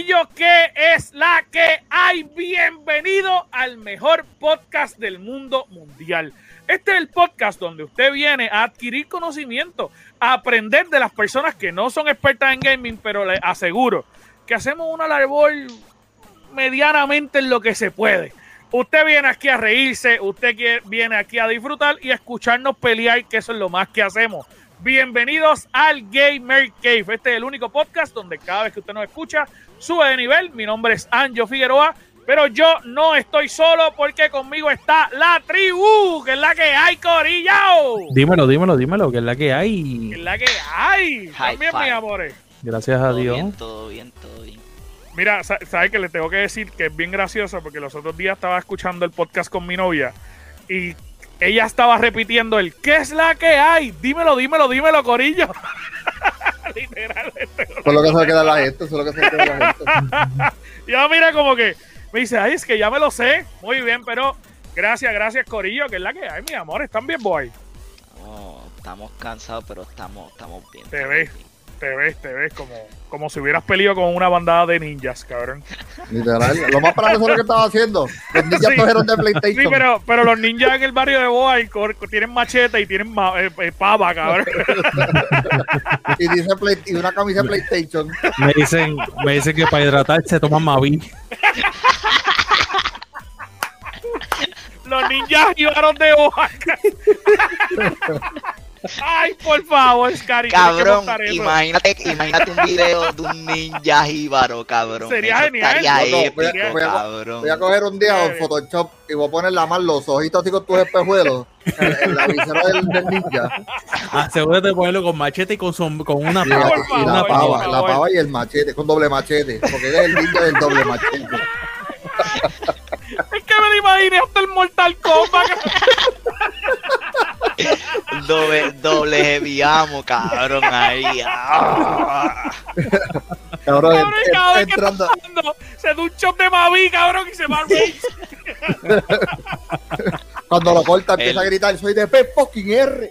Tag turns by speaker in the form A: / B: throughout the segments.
A: Corillo, ¿qué es la que hay? Bienvenido al mejor podcast del mundo mundial. Este es el podcast donde usted viene a adquirir conocimiento, a aprender de las personas que no son expertas en gaming, pero le aseguro que hacemos una labor medianamente en lo que se puede. Usted viene aquí a reírse, usted viene aquí a disfrutar y a escucharnos pelear, que eso es lo más que hacemos. Bienvenidos al Gamer Cave. Este es el único podcast donde cada vez que usted nos escucha, sube de nivel. Mi nombre es Anjo Figueroa, pero yo no estoy solo porque conmigo está la tribu, que es la que hay, corillo.
B: Dímelo, que es la que hay.
A: Que es la que hay. También, mis amores.
B: Gracias a Dios.
C: Todo bien.
A: Mira, ¿sabes qué? Le tengo que decir que es bien gracioso porque los otros días estaba escuchando el podcast con mi novia y ella estaba repitiendo el ¿qué es la que hay? Dímelo, corillo. Literalmente.
D: Eso es lo que se queda la gente,
A: Y yo mira como que me dice, ay, es que ya me lo sé. Muy bien, pero gracias, corillo, que es la que hay, mi amor. ¿Están bien, boy?
C: Oh, estamos cansados, pero estamos bien.
A: Te ves como si hubieras peleado con una bandada de ninjas, cabrón.
D: Literal, lo más para eso es lo que estaba haciendo. Los ninjas
A: Sí.
D: cogieron de PlayStation.
A: Sí, pero los ninjas en el barrio de Boy tienen machete y tienen pava, cabrón.
D: Y dice y una camisa de PlayStation.
B: Me dicen que para hidratarse toman Mavi.
A: Los ninjas llegaron de Boy. Ay, por favor, Scary.
C: Cabrón, imagínate un video de un ninja jíbaro, cabrón.
A: Sería
C: Eso
A: genial.
C: estaría épico,
D: Voy a
C: cabrón.
D: coger un día un Photoshop y voy a poner la mano, los ojitos así con tus espejuelos en la visera del ninja.
B: Asegúrate de ponerlo con machete y con una
D: Y
B: pava.
D: la pava y el machete, con doble machete, porque él es el ninja del doble machete.
A: Es que me lo imaginé hasta el Mortal Kombat.
C: Doble heavyamo, cabrón, ahí.
D: Cabrón,
A: Cada vez que
D: entrando.
A: está pasando, se da un shot de Mavi, cabrón, y se va al rage.
D: Cuando lo corta empieza a gritar, soy de P fucking R.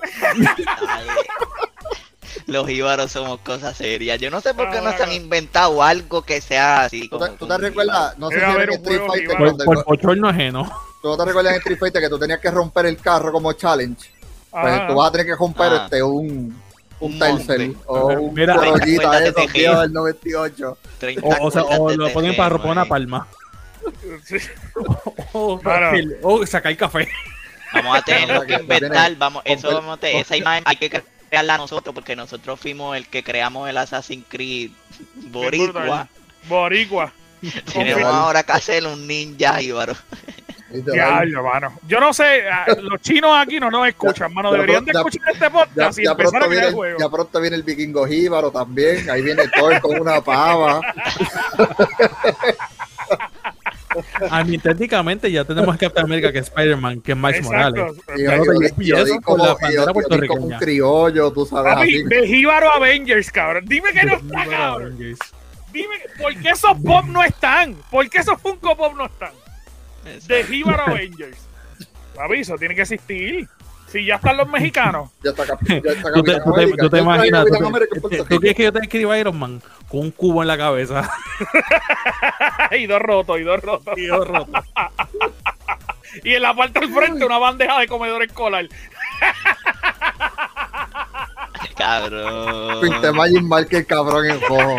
C: Los jíbaros somos cosas serias. Yo no sé por qué no se han inventado algo que sea así.
D: ¿Tú te recuerdas? No sé si
A: Debe
D: era
A: haber
D: en
A: un
D: Street
A: juego
D: Fighter.
A: jíbaro.
B: Por bochorno ajeno.
D: ¿Tú no te recuerdas en Street Fighter que tú tenías que romper el carro como challenge? Pues tú vas a tener que romper un Telcel
C: monte.
D: o un
B: Mira,
D: Corollita
C: cuéntate
D: esos
C: de
D: viejos del 98.
C: 30
B: O lo ponen para romper una
C: palma.
B: palma.
A: Sí.
B: O sacar café.
C: Vamos a tener que inventar,
D: Romper-
C: esa imagen hay que crearla nosotros porque nosotros fuimos el que creamos el Assassin's Creed Boricua.
A: Boricua.
C: Tenemos ahora que hacer un ninja jíbaro.
A: Diablo, mano. Yo no sé, los chinos aquí no nos escuchan, mano. Deberían de escuchar este podcast y empezar a crear juegos.
D: Ya pronto viene el vikingo jíbaro también. Ahí viene Thor con una pava.
B: Técnicamente ya tenemos Captain América, que es Spider-Man, que es Miles Morales.
A: Exacto.
D: Y
B: yo
D: di
B: con la
D: como
B: bandera
D: como un
B: puertorriqueña.
D: criollo, tú sabes.
A: Papi,
D: Así.
A: de Jíbaro Avengers, cabrón. Dime que no está, cabrón. Dime, ¿por qué esos pop no están? ¿Por qué esos Funko Pop no están? De Jíbaro Avengers. Papi, eso tiene que existir. Si ya están los mexicanos.
D: Ya está Capitán
B: ¿Tú te imaginas?
D: Capitán América en Puerto
B: ¿Tú
D: Rico.
B: quieres que yo te escriba Iron Man con un cubo en la cabeza?
A: Y dos rotos.
B: Y yo roto.
A: Y en la parte del frente una bandeja de comedor escolar.
C: Cabrón.
D: Pinté Magic Marker, cabrón, en rojo.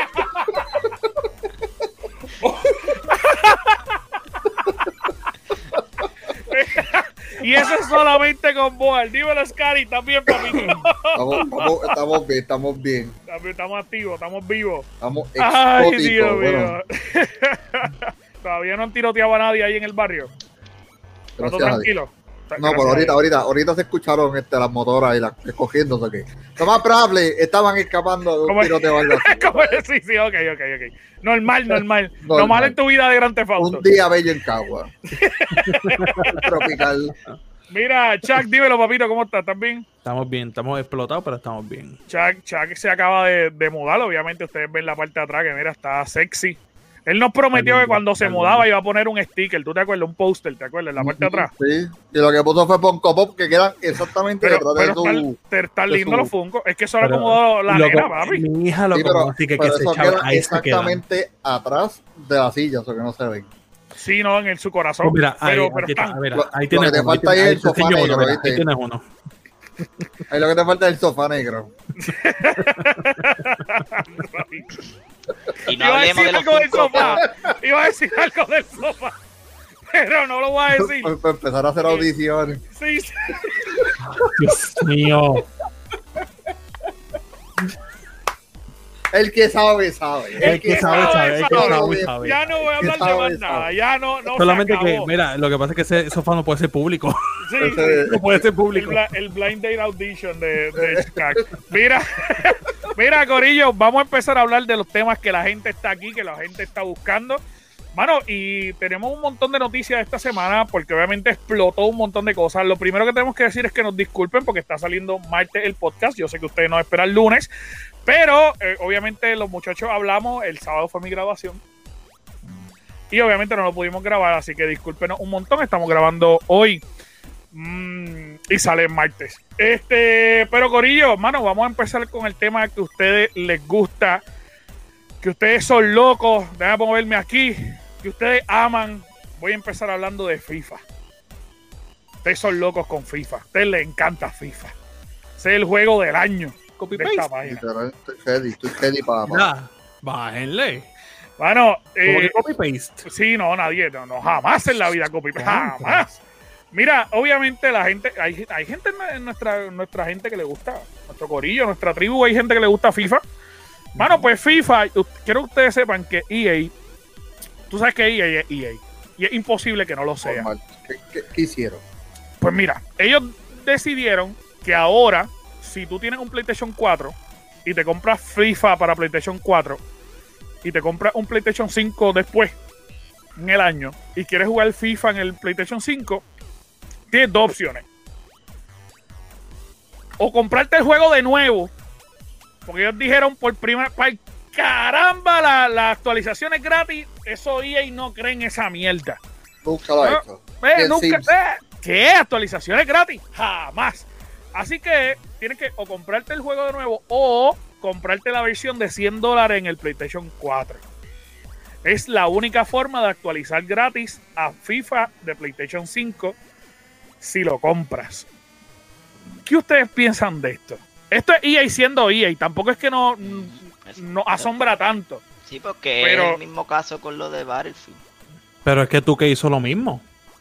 A: Y eso es solamente con Boal. Dímelo, Scary, también, papito.
D: Estamos bien.
A: Estamos activos, estamos vivos.
D: Estamos
A: Ay,
D: exóticos.
A: Dios
D: Bueno,
A: mío. Todavía no han tiroteado a nadie ahí en el barrio. ¿Todo
D: gracias a Dios.
A: tranquilo?
D: No, pero ahorita se escucharon las motoras y las escogiéndose aquí. Lo más probable, estaban escapando de un
A: ¿Cómo es?
D: tiroteo o algo así.
A: ¿Cómo es? Sí, ok. Normal. Normal en tu vida de Grand Theft Auto.
D: Un día bello en Cagua. Tropical.
A: Mira, Chuck, dímelo, papito, ¿cómo estás? ¿Estás bien?
B: Estamos bien, estamos explotados, pero estamos bien.
A: Chuck se acaba de mudar, obviamente ustedes ven la parte de atrás que mira, está sexy. Él nos prometió que cuando se mudaba iba a poner un sticker, ¿tú te acuerdas? Un póster, ¿te acuerdas? En la parte de atrás.
D: Sí, y lo que puso fue Funko Pop, que quedan exactamente detrás de su...
A: Están lindos los Funko. Es que eso era como la nena, papi.
B: Mi hija lo así que
D: eso
B: se echaba
D: queda exactamente atrás de la silla, o sea que no se ven.
A: Sí, no, en su corazón.
B: Pues mira,
A: pero
B: ahí tienes
D: uno. Lo que te falta ahí es el sofá negro,
B: ahí tienes uno.
D: Ahí lo que te falta es el sofá negro.
C: Y no hablemos de los
A: sofá. Iba a decir algo del sofá, pero no lo voy a decir.
D: Para empezar a hacer audiciones.
A: Sí.
B: Dios mío.
D: El que sabe, sabe.
B: El que sabe.
A: Ya no voy a hablar de más nada. Ya no
B: solamente que, mira, lo que pasa es que ese sofá no puede ser público.
A: Sí,
B: no puede ser público.
A: El Blind Date Audition de Chicago. Mira, Corillo, vamos a empezar a hablar de los temas que la gente está aquí, que la gente está buscando. Mano, y tenemos un montón de noticias esta semana porque obviamente explotó un montón de cosas. Lo primero que tenemos que decir es que nos disculpen porque está saliendo martes el podcast. Yo sé que ustedes nos esperan el lunes, pero obviamente los muchachos hablamos. El sábado fue mi graduación y obviamente no lo pudimos grabar, así que discúlpenos un montón. Estamos grabando hoy y sale el martes. Pero Corillo, mano, vamos a empezar con el tema que a ustedes les gusta, que ustedes son locos. Déjame moverme aquí. Que ustedes aman. Voy a empezar hablando de FIFA. Ustedes son locos con FIFA. A ustedes les encanta FIFA. Ese es el juego del año.
B: Copy
A: de esta página.
D: Estoy ready para...
B: Bájenle.
A: Bueno,
B: copy paste.
A: Sí, no, nadie, no, jamás en la vida copy paste. Jamás. Mira, obviamente la gente, hay gente en nuestra gente que le gusta, nuestro corillo, nuestra tribu, hay gente que le gusta FIFA. Bueno, pues FIFA, quiero que ustedes sepan que EA, tú sabes que EA es EA, y es imposible que no lo sea.
D: ¿Qué hicieron?
A: Pues mira, ellos decidieron que ahora, si tú tienes un PlayStation 4 y te compras FIFA para PlayStation 4 y te compras un PlayStation 5 después, en el año, y quieres jugar FIFA en el PlayStation 5, tienes dos opciones. O comprarte el juego de nuevo, porque ellos dijeron por primera vez, caramba, la actualización es gratis. Eso EA no creen esa mierda.
D: Nunca lo ha hecho.
A: ¿Qué? ¿Actualizaciones gratis? Jamás. Así que tienes que o comprarte el juego de nuevo o comprarte la versión de $100 en el PlayStation 4. Es la única forma de actualizar gratis a FIFA de PlayStation 5 si lo compras. ¿Qué ustedes piensan de esto? Esto es EA siendo EA, tampoco es que no asombra tanto.
C: Sí, porque es el mismo caso con lo de Battlefield.
B: Pero es que tú que hizo lo mismo.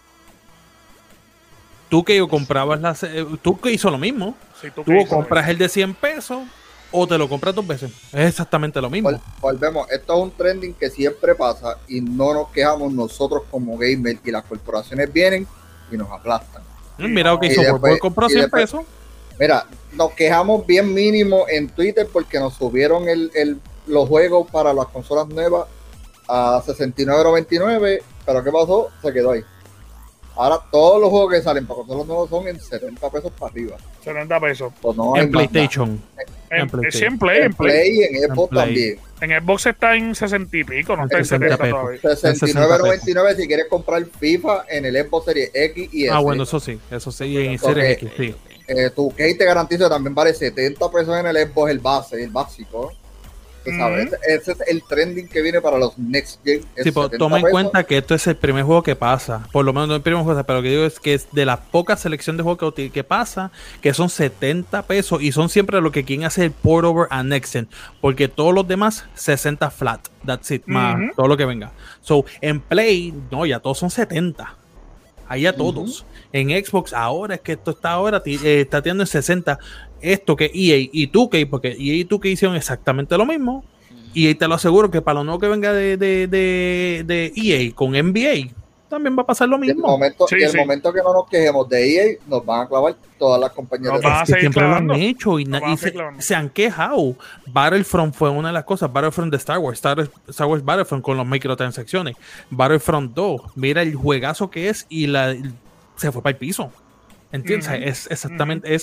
B: Tú que comprabas tú que hizo lo mismo. Sí, tú compras el de 100 pesos o te lo compras 2 veces. Es exactamente lo mismo.
D: Volvemos, esto es un trending que siempre pasa y no nos quejamos nosotros como gamers y las corporaciones vienen y nos aplastan.
B: Mira lo que hizo World, compró 100 pesos.
D: Mira, nos quejamos bien mínimo en Twitter porque nos subieron los juegos para las consolas nuevas a $69.99, pero ¿qué pasó? Se quedó ahí. Ahora todos los juegos que salen para consolas nuevas son en $70 para arriba.
A: 70 pesos.
D: Pues no
B: en PlayStation.
A: En
D: Play y en Xbox también.
A: En Xbox está en 60 y pico, no está en 70 todavía.
D: $69.99 si quieres comprar FIFA en el Xbox Series X y S.
B: Bueno, eso sí, y en Series X, sí.
D: Tu Key te garantizo que también vale $70 en el Xbox, el básico. ¿Sabes? Ese es el trending que viene para los next gen.
B: Sí, pero toma en cuenta que esto es el primer juego que pasa. Por lo menos no el primer juego, pero lo que digo es que es de la poca selección de juegos que pasa, que son $70 y son siempre lo que quieren hacer el port over a next gen. Porque todos los demás, 60 flat. That's it, más todo lo que venga. So, en Play, no, ya todos son 70. Ahí a todos. En Xbox, ahora es que esto está ahora, está tirando en 60. Esto que EA y 2K, porque EA y 2K hicieron exactamente lo mismo. Y te lo aseguro que para lo nuevo que venga de EA con NBA, también va a pasar lo mismo.
D: El momento que no nos quejemos de EA, nos van a clavar todas las compañías.
B: Es que siempre lo han hecho y se han quejado. Battlefront fue una de las cosas. Battlefront de Star Wars Battlefront con las microtransacciones. Battlefront 2, mira el juegazo que es y se fue para el piso. ¿Entiendes? Es exactamente, es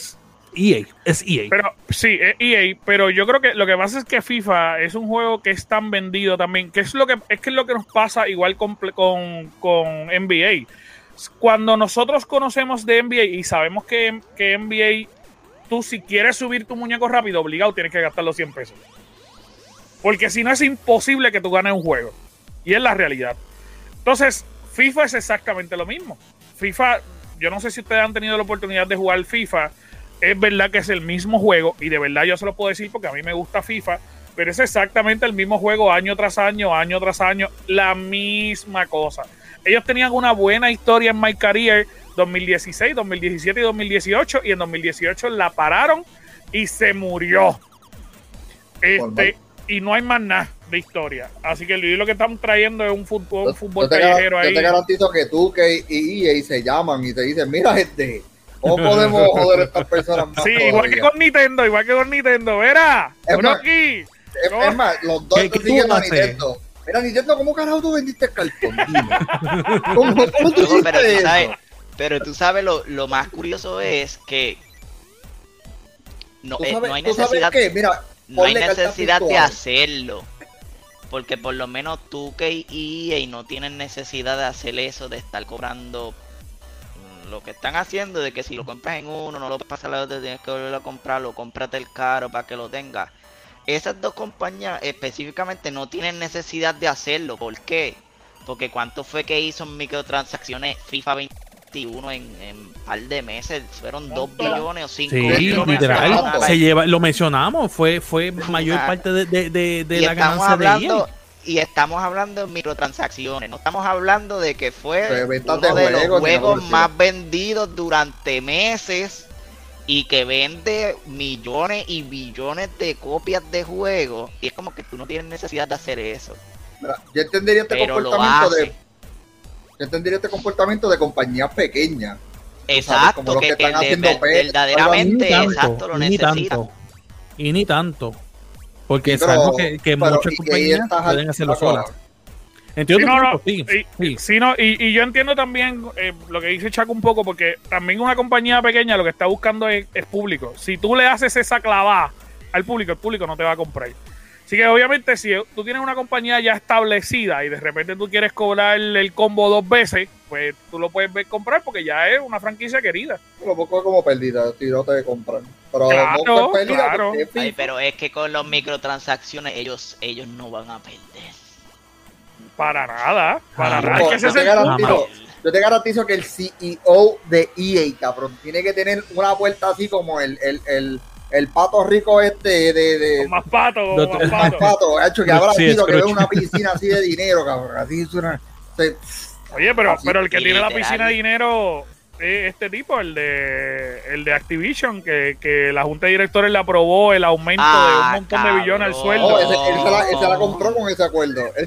B: es EA.
A: Pero sí, es EA, pero yo creo que lo que pasa es que FIFA es un juego que es tan vendido también, que es lo que nos pasa igual con NBA. Cuando nosotros conocemos de NBA y sabemos que NBA, tú si quieres subir tu muñeco rápido, obligado tienes que gastar los 100 pesos. Porque si no es imposible que tú ganes un juego. Y es la realidad. Entonces, FIFA es exactamente lo mismo. FIFA, yo no sé si ustedes han tenido la oportunidad de jugar FIFA. Es verdad que es el mismo juego. Y de verdad yo se lo puedo decir porque a mí me gusta FIFA. Pero es exactamente el mismo juego año tras año, la misma cosa. Ellos tenían una buena historia en My Career 2016, 2017 y 2018. Y en 2018 la pararon y se murió. Y no hay más nada de historia. Así que lo que están trayendo es un fútbol callejero ahí.
D: Yo te garantizo que tú y EA se llaman y te dicen, mira gente, ¿cómo podemos joder a estas personas más?
A: Sí, igual que con Nintendo, verá. Aquí.
D: Es más, los dos están siguiendo a Nintendo. Mira, Nintendo, ¿cómo carajo tú vendiste el cartón? Dime. ¿Cómo tú hiciste eso?
C: Pero tú sabes, lo más curioso es que no hay necesidad.
D: Mira,
C: no hay necesidad de hacerlo. Porque por lo menos tú que EA no tienen necesidad de hacer eso, de estar cobrando lo que están haciendo, de que si lo compras en uno, no lo pasas a la otra, tienes que volver a comprarlo, cómprate el caro para que lo tengas. Esas dos compañías específicamente no tienen necesidad de hacerlo. ¿Por qué? Porque ¿cuánto fue que hizo en microtransacciones FIFA 21 en un par de meses? Fueron 2 billones o 5 billones.
B: Literal, lo mencionamos, fue mayor parte de la ganancia de EA.
C: Y estamos hablando de microtransacciones, no estamos hablando de que fue uno
D: de
C: los juegos más vendidos durante meses y que vende millones y billones de copias de juegos. Y es como que tú no tienes necesidad de hacer eso.
D: Mira, yo entendería este comportamiento de compañías pequeñas.
C: Exacto, como que verdaderamente exacto lo necesitan.
B: Y ni tanto. Porque sabemos que muchas compañías pueden hacerlo solas. Entiendo
A: y yo entiendo también lo que dice Chaco un poco, porque también una compañía pequeña lo que está buscando es público. Si tú le haces esa clavada al público, el público no te va a comprar. Así que obviamente si tú tienes una compañía ya establecida y de repente tú quieres cobrar el combo 2 veces, pues tú lo puedes comprar porque ya es una franquicia querida.
D: Lo poco como pérdida si no te compran. Pero
A: claro,
D: no es pérdida,
A: claro.
C: Ay, pero es que con los microtransacciones ellos no van a perder.
A: Para nada.
D: Yo te garantizo que el CEO de EA, cabrón, tiene que tener una vuelta así como el pato rico de
A: más pato.
D: Hecho que habrá sido que ve una piscina así de dinero, cabrón. Así suena.
A: Oye, pero el que tiene la piscina de dinero es este tipo, el de Activision, que la junta de directores le aprobó el aumento de un montón de billones al sueldo.
D: Él se la compró con ese acuerdo. Él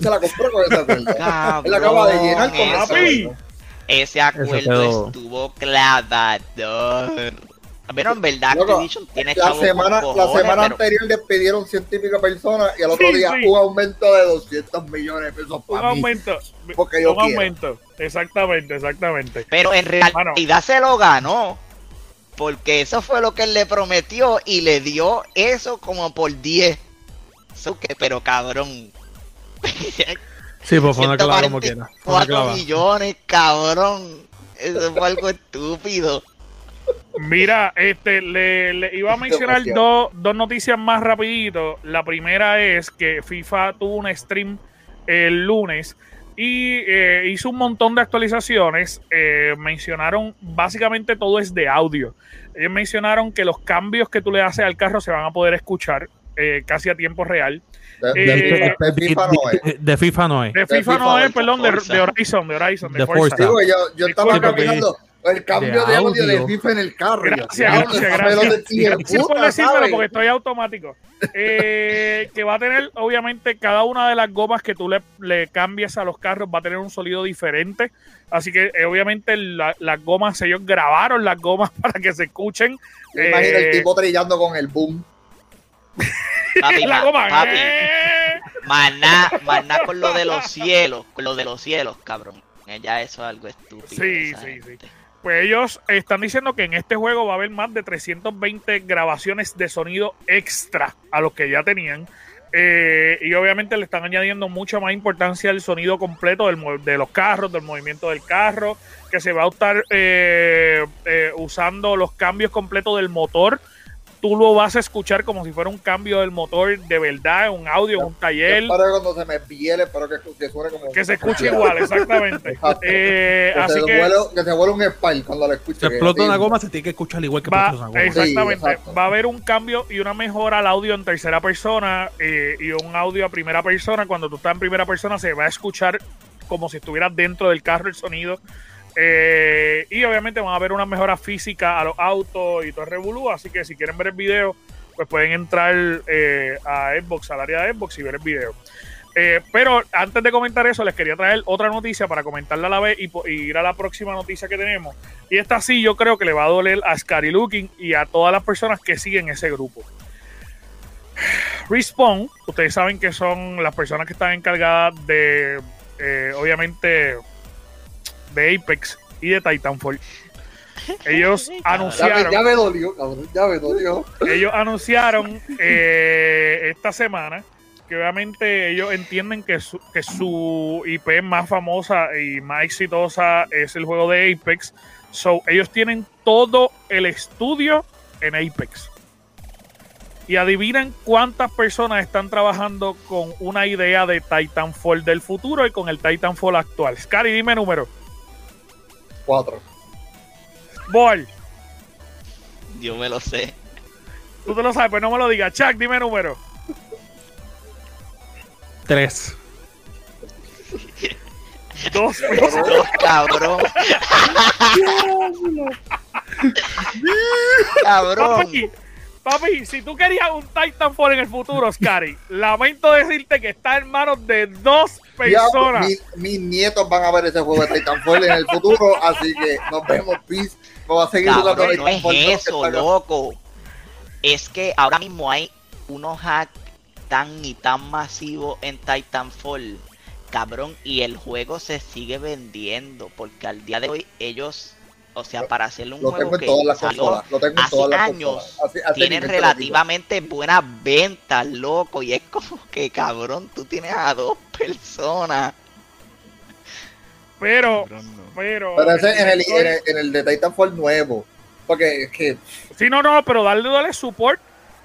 D: acaba de llenar con ese acuerdo.
C: Ese acuerdo estuvo clavado. Pero en verdad Activision tiene
D: la semana anterior despidieron 100 y pico personas y al otro día un aumento de 200 millones de pesos para mí. Un
A: aumento. Exactamente.
C: Pero en realidad se lo ganó. Porque eso fue lo que él le prometió y le dio eso como por 10. Pero cabrón.
B: Sí, pues fue una clava como quiera.
C: 4 millones, cabrón. Eso fue algo estúpido.
A: Mira, le iba a mencionar dos noticias más rapidito. La primera es que FIFA tuvo un stream el lunes y hizo un montón de actualizaciones. Mencionaron, básicamente todo es de audio. Ellos mencionaron que los cambios que tú le haces al carro se van a poder escuchar casi a tiempo real.
D: De FIFA no es.
A: De FIFA no es, perdón, de Horizon, de Forza.
D: Digo, yo estaba caminando el cambio de audio de FIFA en el carro.
A: Gracias por decírmelo porque estoy automático. Que va a tener, obviamente, cada una de las gomas que tú le cambies a los carros va a tener un sonido diferente. Así que, obviamente, las gomas, ellos grabaron las gomas para que se escuchen.
D: Me imagino el tipo trillando con el boom.
C: Papi, maná con lo de los cielos, cabrón. Ya eso es algo estúpido.
A: Sí. pues ellos están diciendo que en este juego va a haber más de 320 grabaciones de sonido extra a los que ya tenían. Y obviamente le están añadiendo mucha más importancia al sonido completo de los carros, del movimiento del carro, que se va a estar usando los cambios completos del motor. Tú lo vas a escuchar como si fuera un cambio del motor de verdad, un audio, en un taller.
D: Para cuando se me piele, espero que suene como...
A: Que se escuche igual, exactamente. Así
D: que se vuelve un spike cuando lo escuche.
B: Se explota una goma, se tiene que escuchar igual que explota una goma.
A: Exactamente. Sí, va a haber un cambio y una mejora al audio en tercera persona y un audio a primera persona. Cuando tú estás en primera persona se va a escuchar como si estuvieras dentro del carro el sonido. Y obviamente van a haber una mejora física a los autos y todo el revolú, así que si quieren ver el video pues pueden entrar a Xbox, al área de Xbox y ver el video. Pero antes de comentar eso les quería traer otra noticia para comentarla a la vez y ir a la próxima noticia que tenemos, y esta sí yo creo que le va a doler a Scary Looking y a todas las personas que siguen ese grupo. Respawn, ustedes saben que son las personas que están encargadas de obviamente de Apex y de Titanfall. Ellos anunciaron...
D: Ya me dolió, cabrón, ya me dolió.
A: Ellos anunciaron esta semana que obviamente ellos entienden que su IP más famosa y más exitosa es el juego de Apex. So, ellos tienen todo el estudio en Apex. Y adivinen cuántas personas están trabajando con una idea de Titanfall del futuro y con el Titanfall actual. Scary, dime número.
D: 4.
A: Ball.
C: Yo me lo sé.
A: Tú te lo sabes, pues no me lo digas. Chuck, dime número.
B: 3.
A: 2.
C: Cabrón. Cabrón.
A: Papi, si tú querías un Titanfall en el futuro, Scary, lamento decirte que está en manos de 2 personas.
D: Mis nietos van a ver ese juego de Titanfall en el futuro, así que nos vemos, peace. Vamos a seguir jugando
C: Titanfall. No es eso, loco. Es que ahora mismo hay unos hacks tan y tan masivos en Titanfall, cabrón, y el juego se sigue vendiendo, porque al día de hoy ellos... O sea, para hacerle un juego que salió hace años, tiene relativamente buenas ventas, loco. Y es como que, cabrón, tú tienes a 2 personas.
A: Pero
D: ese en el de Titanfall nuevo. Porque es que...
A: Sí, no, pero darle support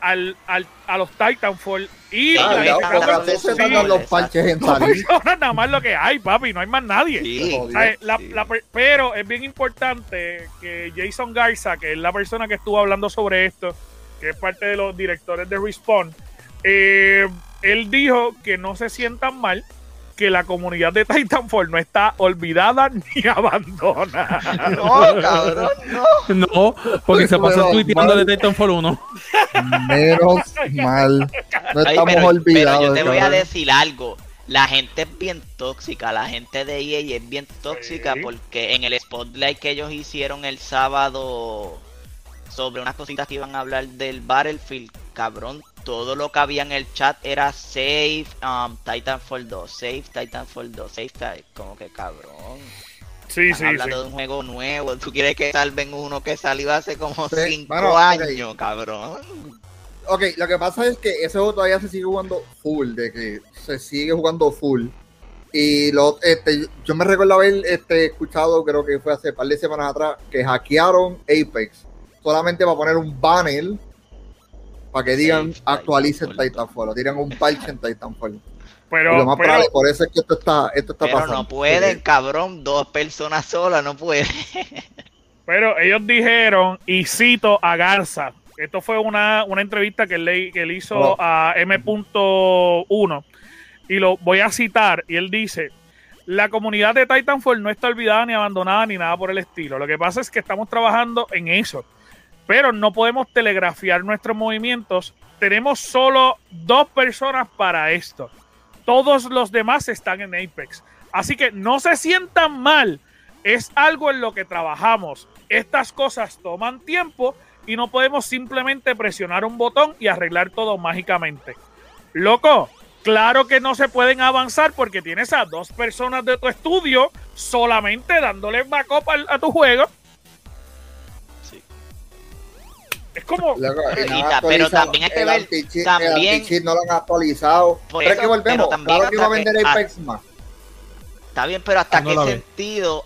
A: a los Titanfall y
D: los parches en salir.
A: Nada más lo que hay, papi, no hay más nadie.
C: Sí.
A: Pero es bien importante que Jason Garza, que es la persona que estuvo hablando sobre esto, que es parte de los directores de Respawn, él dijo que no se sientan mal, que la comunidad de Titanfall no está olvidada ni abandonada.
C: No, cabrón, no.
B: No, porque se pasó tuiteando de Titanfall 1.
D: Menos mal. No estamos olvidados.
C: Pero yo te voy a decir algo. La gente es bien tóxica. La gente de EA es bien tóxica, sí. Porque en el spotlight que ellos hicieron el sábado sobre unas cositas que iban a hablar del Battlefield, cabrón, todo lo que había en el chat era save Titanfall 2, save Titanfall 2, save como que cabrón.
A: Sí,
C: Están hablando de un juego nuevo. ¿Tú quieres que salven uno que salió hace como 5 años, cabrón?
D: Ok, lo que pasa es que ese juego todavía se sigue jugando full, de que se sigue jugando full. Y yo me recuerdo haber escuchado, creo que fue hace un par de semanas atrás, que hackearon Apex solamente para poner un banner para que digan actualicen Titanfall, o tiran un parche en Titanfall.
A: Pero
D: por eso es que esto está pasando.
C: No pueden, cabrón, 2 personas solas, no pueden.
A: Pero ellos dijeron, y cito a Garza, esto fue una entrevista que él hizo a M.1, y lo voy a citar, y él dice: la comunidad de Titanfall no está olvidada ni abandonada ni nada por el estilo. Lo que pasa es que estamos trabajando en eso, pero no podemos telegrafiar nuestros movimientos. Tenemos solo 2 personas para esto. Todos los demás están en Apex. Así que no se sientan mal. Es algo en lo que trabajamos. Estas cosas toman tiempo y no podemos simplemente presionar un botón y arreglar todo mágicamente. Loco, claro que no se pueden avanzar porque tienes a 2 personas de tu estudio solamente dándole backup a tu juego.
C: Sí.
A: Es como...
D: Loco, y no han
C: Pero
D: actualizado
C: también hay que
D: el
C: ver,
D: anti-cheat,
C: también-
D: el anti-cheat no lo han actualizado.
C: Por
D: Pero es
C: eso,
D: que volvemos,
C: pero también
D: claro que iba a
C: hasta
D: vender
C: que-
D: Apex más.
C: Está bien, pero ¿hasta
B: No
C: qué
B: la ve.
C: sentido?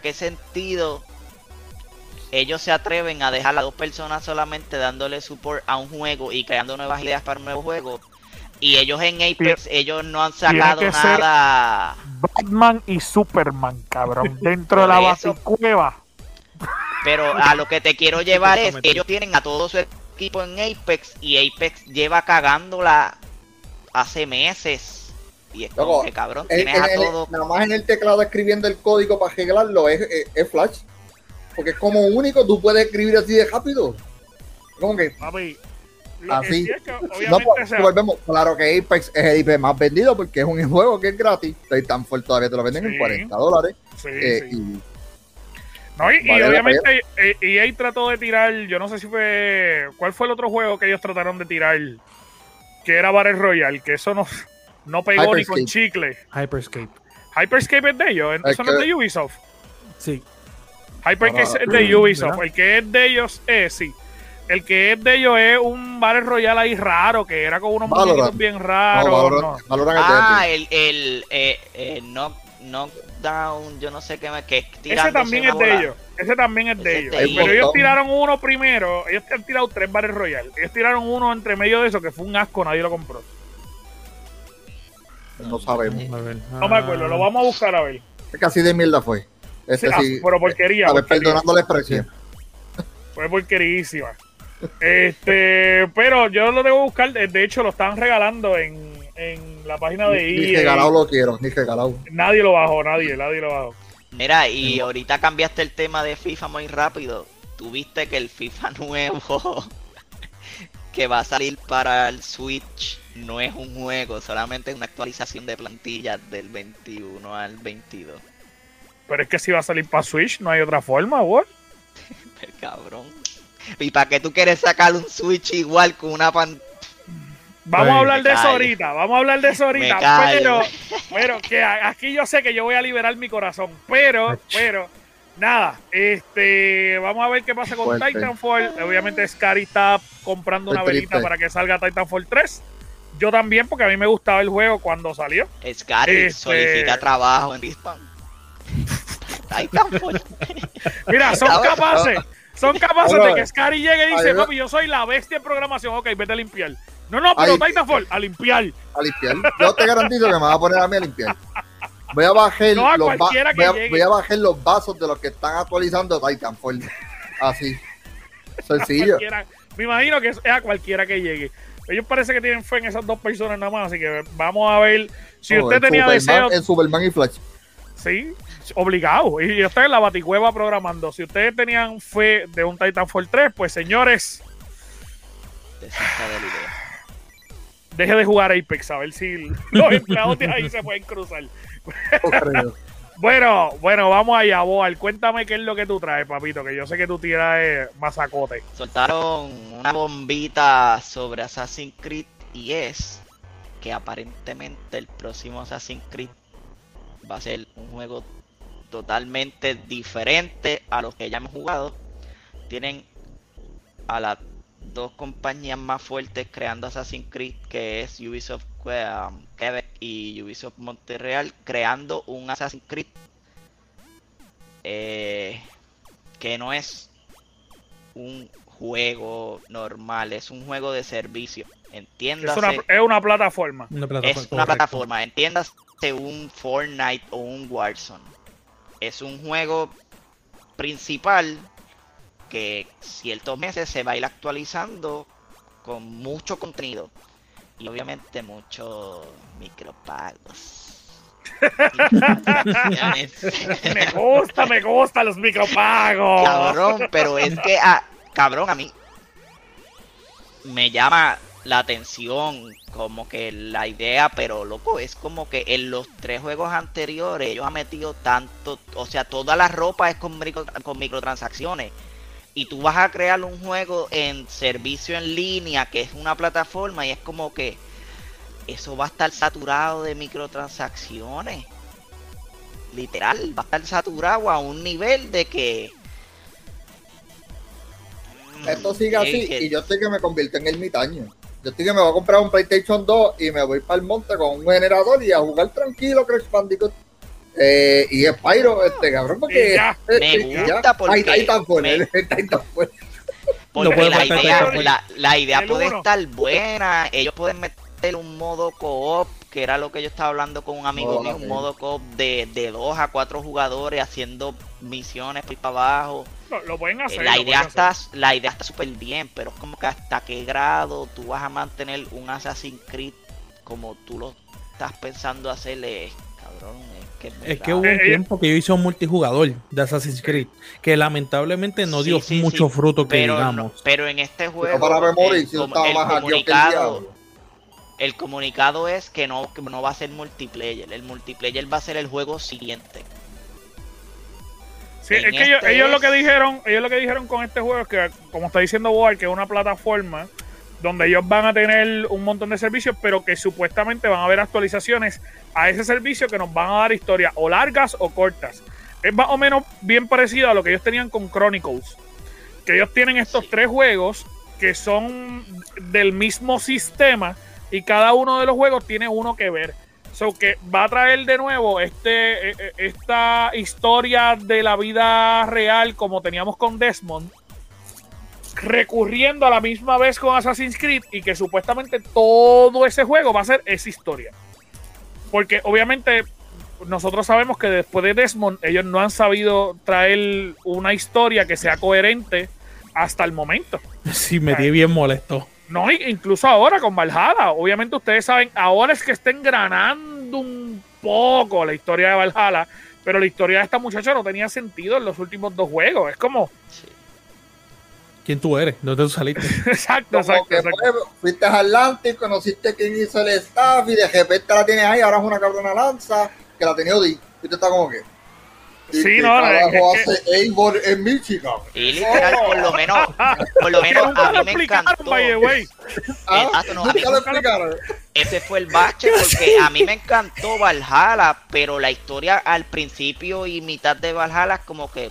C: Ellos se atreven a dejar a 2 personas solamente dándole support a un juego y creando nuevas ideas para un nuevo juego? Y ellos en Apex, ellos no han sacado
A: que ser-
C: nada.
A: Batman y Superman, cabrón, dentro de la
C: Por eso.
A: baticueva.
C: Pero a lo que te quiero llevar es,
B: Exactamente.
C: ellos tienen a todo su equipo en Apex y Apex lleva cagándola hace meses. Y es como
D: Loco,
C: que cabrón, tienes a todo.
D: nada más en el teclado escribiendo el código para arreglarlo es Flash. Porque es como único, tú puedes escribir así de rápido. Como que
A: Papi, lo que
D: así.
A: sí es que
D: No,
A: obviamente
D: pues,
A: o sea,
D: volvemos. Claro que Apex es el IP más vendido porque es un juego que es gratis. Titanfall todavía te lo venden
A: Sí.
D: en $40.
A: sí,
D: eh,
A: sí.
D: y
A: No, y
D: vale la
A: obviamente EA trató de tirar, yo no sé si fue, ¿cuál fue el otro juego que ellos trataron de tirar? Que era Battle Royale, que eso no pegó ni con
D: Hyperscape.
A: chicle.
B: Hyperscape.
A: Hyperscape es de ellos, eso no es de Ubisoft.
B: Sí.
A: Hyperscape es de Ubisoft, el que es de ellos sí. El que es de ellos es un Battle Royale ahí raro, que era con unos
D: Valorant.
A: muñequitos bien raros.
D: no, Valorant es de
C: Ah,
D: Epic.
C: el Knockdown, yo no sé qué más, que es
A: Ese
C: tirándose
A: también
C: una
A: es de
C: bola.
A: ellos. Ese también es de
C: Ese
A: ellos.
C: es de
A: Pero ellos
D: ellos.
A: tiraron uno primero. Ellos han tirado 3 Battle Royale. Ellos tiraron uno entre medio de eso que fue un asco, nadie lo compró.
D: No sabemos.
B: A ver.
A: No me acuerdo, lo vamos a buscar a ver.
D: Es que así de mierda fue. Ese sí.
A: Pero porquería.
D: A ver,
A: porquería.
D: perdonando la expresión.
A: Fue porquerísima. Pero yo lo debo buscar. De hecho, lo estaban regalando en la página de
D: Ni
A: EA.
D: regalado lo quiero, ni regalado.
A: Nadie lo bajó, nadie lo bajó.
C: Mira, y ahorita cambiaste el tema de FIFA muy rápido. Tuviste que el FIFA nuevo que va a salir para el Switch no es un juego, solamente es una actualización de plantillas del 21 al 22.
A: Pero es que si va a salir para Switch, no hay otra forma, what?
C: Pero cabrón. ¿Y para qué tú quieres sacar un Switch igual con una pantalla?
A: Vamos a hablar
C: me
A: de eso
C: callo.
A: ahorita, vamos a hablar de eso ahorita.
C: Me callo.
A: Pero que aquí yo sé que yo voy a liberar mi corazón. Pero, nada, vamos a ver qué pasa con
D: Fuerte.
A: Titanfall. Obviamente Scary está comprando una
D: Estoy
A: velita
D: triste.
A: para que salga Titanfall 3. Yo también, porque a mí me gustaba el juego cuando salió.
C: Scary solicita trabajo en Respawn. Titanfall.
A: Mira, son capaces
D: Ahora,
A: de que Scary llegue y dice,
D: ahí va.
A: papi, yo soy la bestia en programación. Ok, vete a limpiar. No, pero
D: Ahí.
A: Titanfall, a limpiar.
D: A limpiar. Yo te garantizo que me va a poner a mí a limpiar. Voy a bajar
A: No, a
D: los
A: cualquiera que llegue.
D: voy a bajar los vasos de los que están actualizando Titanfall. Así. Sencillo.
A: Me imagino que es a cualquiera que llegue. Ellos parece que tienen fe en esas 2 personas nada más, así que vamos a ver si usted tenía deseo.
D: En Superman y Flash.
A: Sí, obligado. Y yo estoy en la baticueva programando. Si ustedes tenían fe de un Titanfall 3, pues señores,
C: Desista de la idea.
A: deje de jugar Apex, a ver si los empleados de ahí se pueden cruzar.
D: No creo.
A: Bueno, vamos allá, Boal. Cuéntame qué es lo que tú traes, papito, que yo sé que tú tiras masacote.
C: Soltaron una bombita sobre Assassin's Creed y es que aparentemente el próximo Assassin's Creed va a ser un juego totalmente diferente a los que ya hemos jugado. Tienen a las 2 compañías más fuertes creando Assassin's Creed, que es Ubisoft Quebec y Ubisoft Montreal, creando un Assassin's Creed que no es un juego normal, es un juego de servicio. Entiéndase,
A: Es una plataforma.
B: Una plataforma.
C: es una plataforma, entiéndase un Fortnite o un Warzone. Es un juego principal que ciertos meses se va a ir actualizando con mucho contenido y obviamente muchos micropagos.
A: Me gusta los micropagos.
C: Cabrón, pero es que cabrón, a mí me llama la atención como que la idea, pero loco, es como que en los 3 juegos anteriores ellos han metido tanto, o sea, toda la ropa es con microtransacciones. Y tú vas a crear un juego en servicio en línea, que es una plataforma, y es como que eso va a estar saturado de microtransacciones. Literal, va a estar saturado a un nivel de que
D: esto sigue así y yo estoy que me convierto en ermitaño. Yo estoy que me voy a comprar un PlayStation 2 y me voy para el monte con un generador y a jugar tranquilo Crash Bandicoot y Spyro, cabrón, porque
C: me gusta porque
D: ahí está fuerte.
C: Porque la idea puede estar buena, ellos pueden meter un modo co-op, que era lo que yo estaba hablando con un amigo mío, un modo co-op de 2 a 4 jugadores haciendo misiones por para abajo.
A: Lo pueden hacer.
C: La idea está súper bien, pero es como que hasta qué grado tú vas a mantener un Assassin's Creed como tú lo estás pensando hacerle, cabrón.
B: Es que hubo un tiempo que yo hice un multijugador de Assassin's Creed que lamentablemente no dio mucho fruto que digamos.
C: Pero en este juego el comunicado es que no va a ser multiplayer. El multiplayer va a ser el juego siguiente.
A: Sí, es que ellos lo que dijeron con este juego es que, como está diciendo Boar, que es una plataforma donde ellos van a tener un montón de servicios, pero que supuestamente van a haber actualizaciones a ese servicio que nos van a dar historias o largas o cortas. Es más o menos bien parecido a lo que ellos tenían con Chronicles, que ellos tienen estos 3 juegos que son del mismo sistema y cada uno de los juegos tiene uno que ver. So que va a traer de nuevo esta historia de la vida real como teníamos con Desmond, recurriendo a la misma vez con Assassin's Creed, y que supuestamente todo ese juego va a ser esa historia. Porque obviamente nosotros sabemos que después de Desmond ellos no han sabido traer una historia que sea coherente hasta el momento.
B: Sí, me di bien molesto.
A: No, incluso ahora con Valhalla. Obviamente ustedes saben, ahora es que está engranando un poco la historia de Valhalla, pero la historia de esta muchacha no tenía sentido en los últimos 2 juegos. Es como...
B: ¿Quién tú eres? ¿Dónde tú saliste?
A: Exacto.
D: Fuiste a Atlantic, conociste quién hizo el staff y de repente la tienes ahí, ahora es una cabrona lanza que la tenía Odin. Y tú estás como que...
A: Sí, no,
D: hace Eivor en Michigan.
C: Y literal, por lo menos a mí me encantó. Ese fue el bache, porque a mí me encantó Valhalla, pero la historia al principio y mitad de Valhalla es como que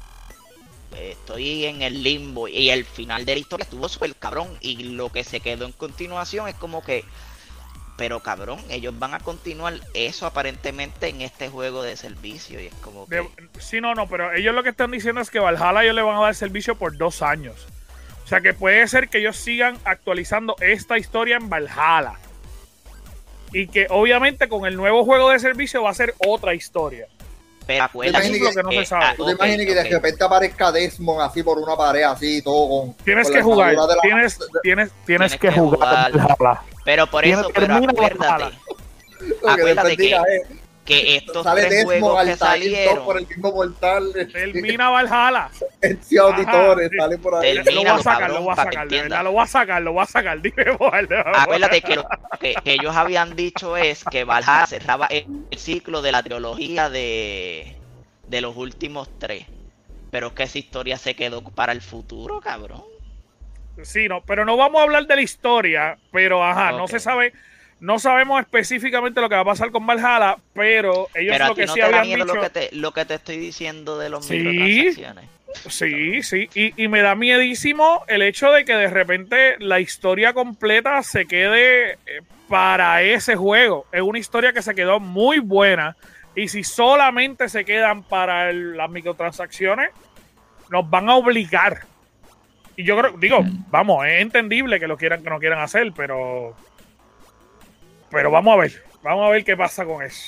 C: estoy en el limbo, y el final de la historia estuvo súper cabrón, y lo que se quedó en continuación es como que, pero cabrón, ellos van a continuar eso aparentemente en este juego de servicio, y es como que...
A: Sí, no, pero ellos lo que están diciendo es que Valhalla ellos le van a dar servicio por 2 años. O sea que puede ser que ellos sigan actualizando esta historia en Valhalla, y que obviamente con el nuevo juego de servicio va a ser otra historia.
C: Pero acuérdate
A: que no se sabe.
D: ¿Tú te imaginas que de repente aparezca Desmond así por una pared así todo con...
A: Tienes que jugar, tienes que jugar.
C: Pero por eso, pero acuérdate que estos 3 juegos que salieron
D: por el mismo portal,
A: termina Valhalla
D: en auditores, sale por ahí.
C: Termina,
A: lo voy a sacar, dime.
C: Acuérdate que ellos habían dicho es que Valhalla cerraba el ciclo de la trilogía de los últimos 3, pero es que esa historia se quedó para el futuro, cabrón.
A: Sí, no, pero no vamos a hablar de la historia, pero
C: okay.
A: No se sabe, no sabemos específicamente lo que va a pasar con Valhalla, pero ellos
C: pero
A: lo que
C: no
A: sí habían dicho...
C: lo que te estoy diciendo de los microtransacciones.
A: Sí, y me da miedísimo el hecho de que de repente la historia completa se quede para ese juego. Es una historia que se quedó muy buena, y si solamente se quedan para las microtransacciones, nos van a obligar. Y yo creo, vamos, es entendible que no quieran hacer, pero vamos a ver qué pasa con eso.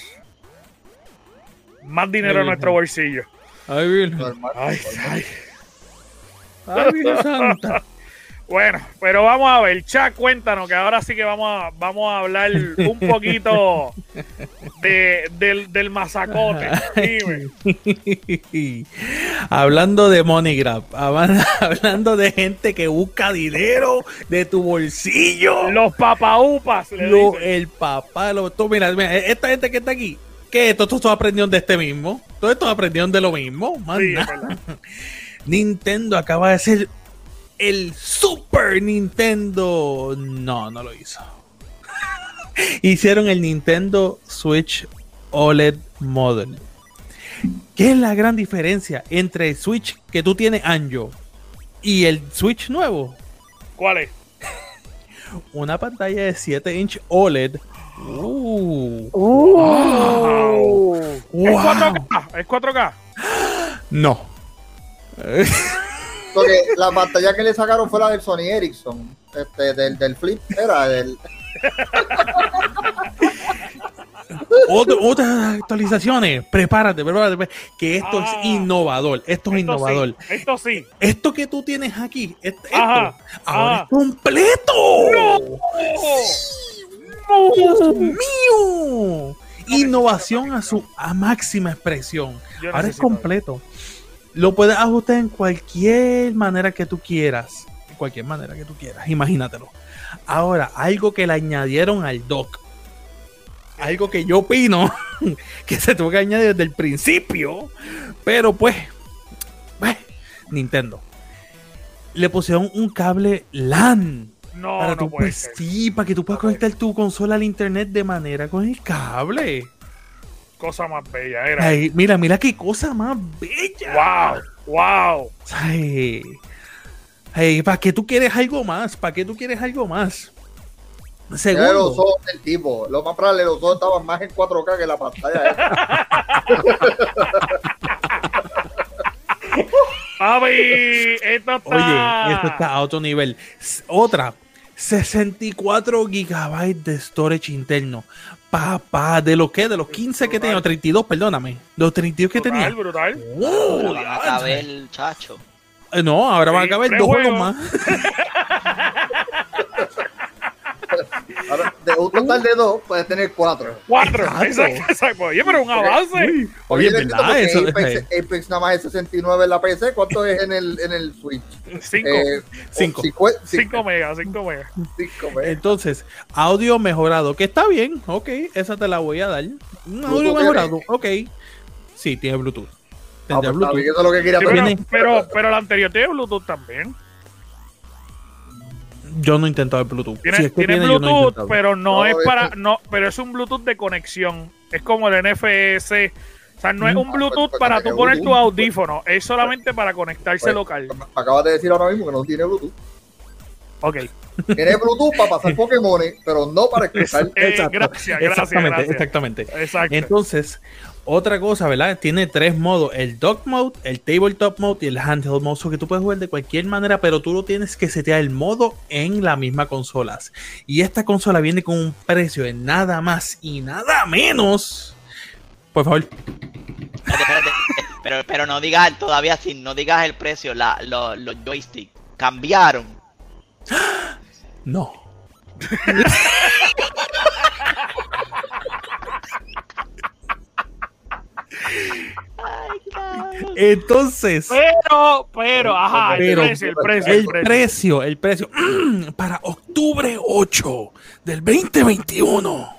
A: Más dinero en nuestro bolsillo.
B: Ay, Virgen. Ay, Virgen Santa.
A: Bueno, pero vamos a ver, Chuck, cuéntanos, que ahora sí que vamos a hablar un poquito del masacote. Dime.
B: Hablando de money grab, hablando de gente que busca dinero de tu bolsillo.
A: Los papaupas.
B: El papá, mira, esta gente que está aquí, ¿qué? Todos aprendieron de este mismo. Todos estos aprendieron de lo mismo.
A: Sí,
B: Nintendo acaba de ser el Super Nintendo. No lo hizo. Hicieron el Nintendo Switch OLED Model. ¿Qué es la gran diferencia entre el Switch que tú tienes, Anjo, Y el Switch nuevo,
A: ¿Cuál es?
B: una pantalla de 7 inch OLED.
A: Wow. ¿Es
B: Wow.
A: 4K? ¿Es 4K?
B: No.
D: Porque la pantalla que le sacaron fue la del Sony Ericsson, del Flip, era del...
B: Otras actualizaciones. Prepárate, que esto es innovador. Esto es innovador.
A: Sí, esto sí.
B: Esto que tú tienes aquí, esto,
A: Ajá,
B: ahora
A: ajá.
B: es completo. ¡Dios mío! Innovación a máxima expresión.
A: Yo
B: Ahora es
A: necesito
B: completo. Lo puedes ajustar en cualquier manera que tú quieras. En cualquier manera que tú quieras. Imagínatelo. Ahora, algo que le añadieron al dock. Algo que yo opino que se tuvo que añadir desde el principio. Pero pues Nintendo. Le pusieron un cable LAN.
A: No,
B: Para
A: no
B: tú,
A: puede
B: pues,
A: ser.
B: sí, para que tú puedas conectar tu consola al internet de manera con el cable.
A: Cosa más bella era.
B: Ay, mira qué cosa más bella.
A: Wow.
B: Ay, ¿para qué tú quieres algo más? ¿Para qué tú quieres algo más?
D: Era los
B: Segundo,
D: ojos del tipo. Lo más probable, los ojos estaban más en 4K que la pantalla esta.
A: Papi, esto está.
B: oye, esto está a otro nivel. Otra, 64 gigabytes de storage interno. Papá, ¿de lo qué? De los 15 que tenía, o 32, perdóname. De los 32 que tenía.
A: Brutal.
B: Oh,
C: Pero van a caber, chacho.
B: no, ahora van a
A: Sí,
B: caber
A: tres
B: dos juegos
A: juegos.
B: más.
D: Ahora, de un total de 2, puedes tener 4.
A: 4.
B: Exacto.
A: Exacto. Oye, pero un avance.
B: Oye, es verdad, eso.
D: Apex nada más es 69 en la PC. ¿Cuánto es en el Switch?
A: 5.
B: 5.
A: 5 megas, 5 megas.
B: Entonces, audio mejorado, que está bien, ok, esa te la voy a dar. Un audio
D: ¿Bluetooth
B: mejorado, ok. Sí, tiene Bluetooth. Tendrá Bluetooth.
D: Eso es lo que quería
A: Sí,
D: tocar.
A: pero el anterior tiene Bluetooth también.
B: Yo no he intentado el Bluetooth.
A: Tiene,
B: Si es que
A: tiene
B: tiene, yo no he
A: Bluetooth,
B: intentado.
A: pero no
D: No,
A: es para.
D: ese-
A: No, pero es un Bluetooth de conexión. Es como el NFC. O sea, no es un Bluetooth
D: pues,
A: para
D: es
A: tú poner tu
D: Bluetooth.
A: audífono. Es solamente para conectarse
D: Pues,
A: local.
D: Acabas de decir ahora mismo que no tiene Bluetooth.
A: Ok.
D: Tiene Bluetooth para pasar Pokémon, pero no para escuchar.
A: Gracias.
B: Exactamente.
A: Exacto.
B: Entonces, otra cosa, ¿verdad? Tiene 3 modos: el dock mode, el tabletop mode y el handheld mode. So que tú puedes jugar de cualquier manera, pero tú lo tienes que setear el modo en la misma consola. Y esta consola viene con un precio de nada más y nada menos. Por favor.
C: Espérate. Pero no digas todavía así, no digas el precio, los joysticks cambiaron.
B: No.
C: Ay, cabrón.
B: Entonces,
A: Ajá, el
B: precio para octubre 8 del 2021.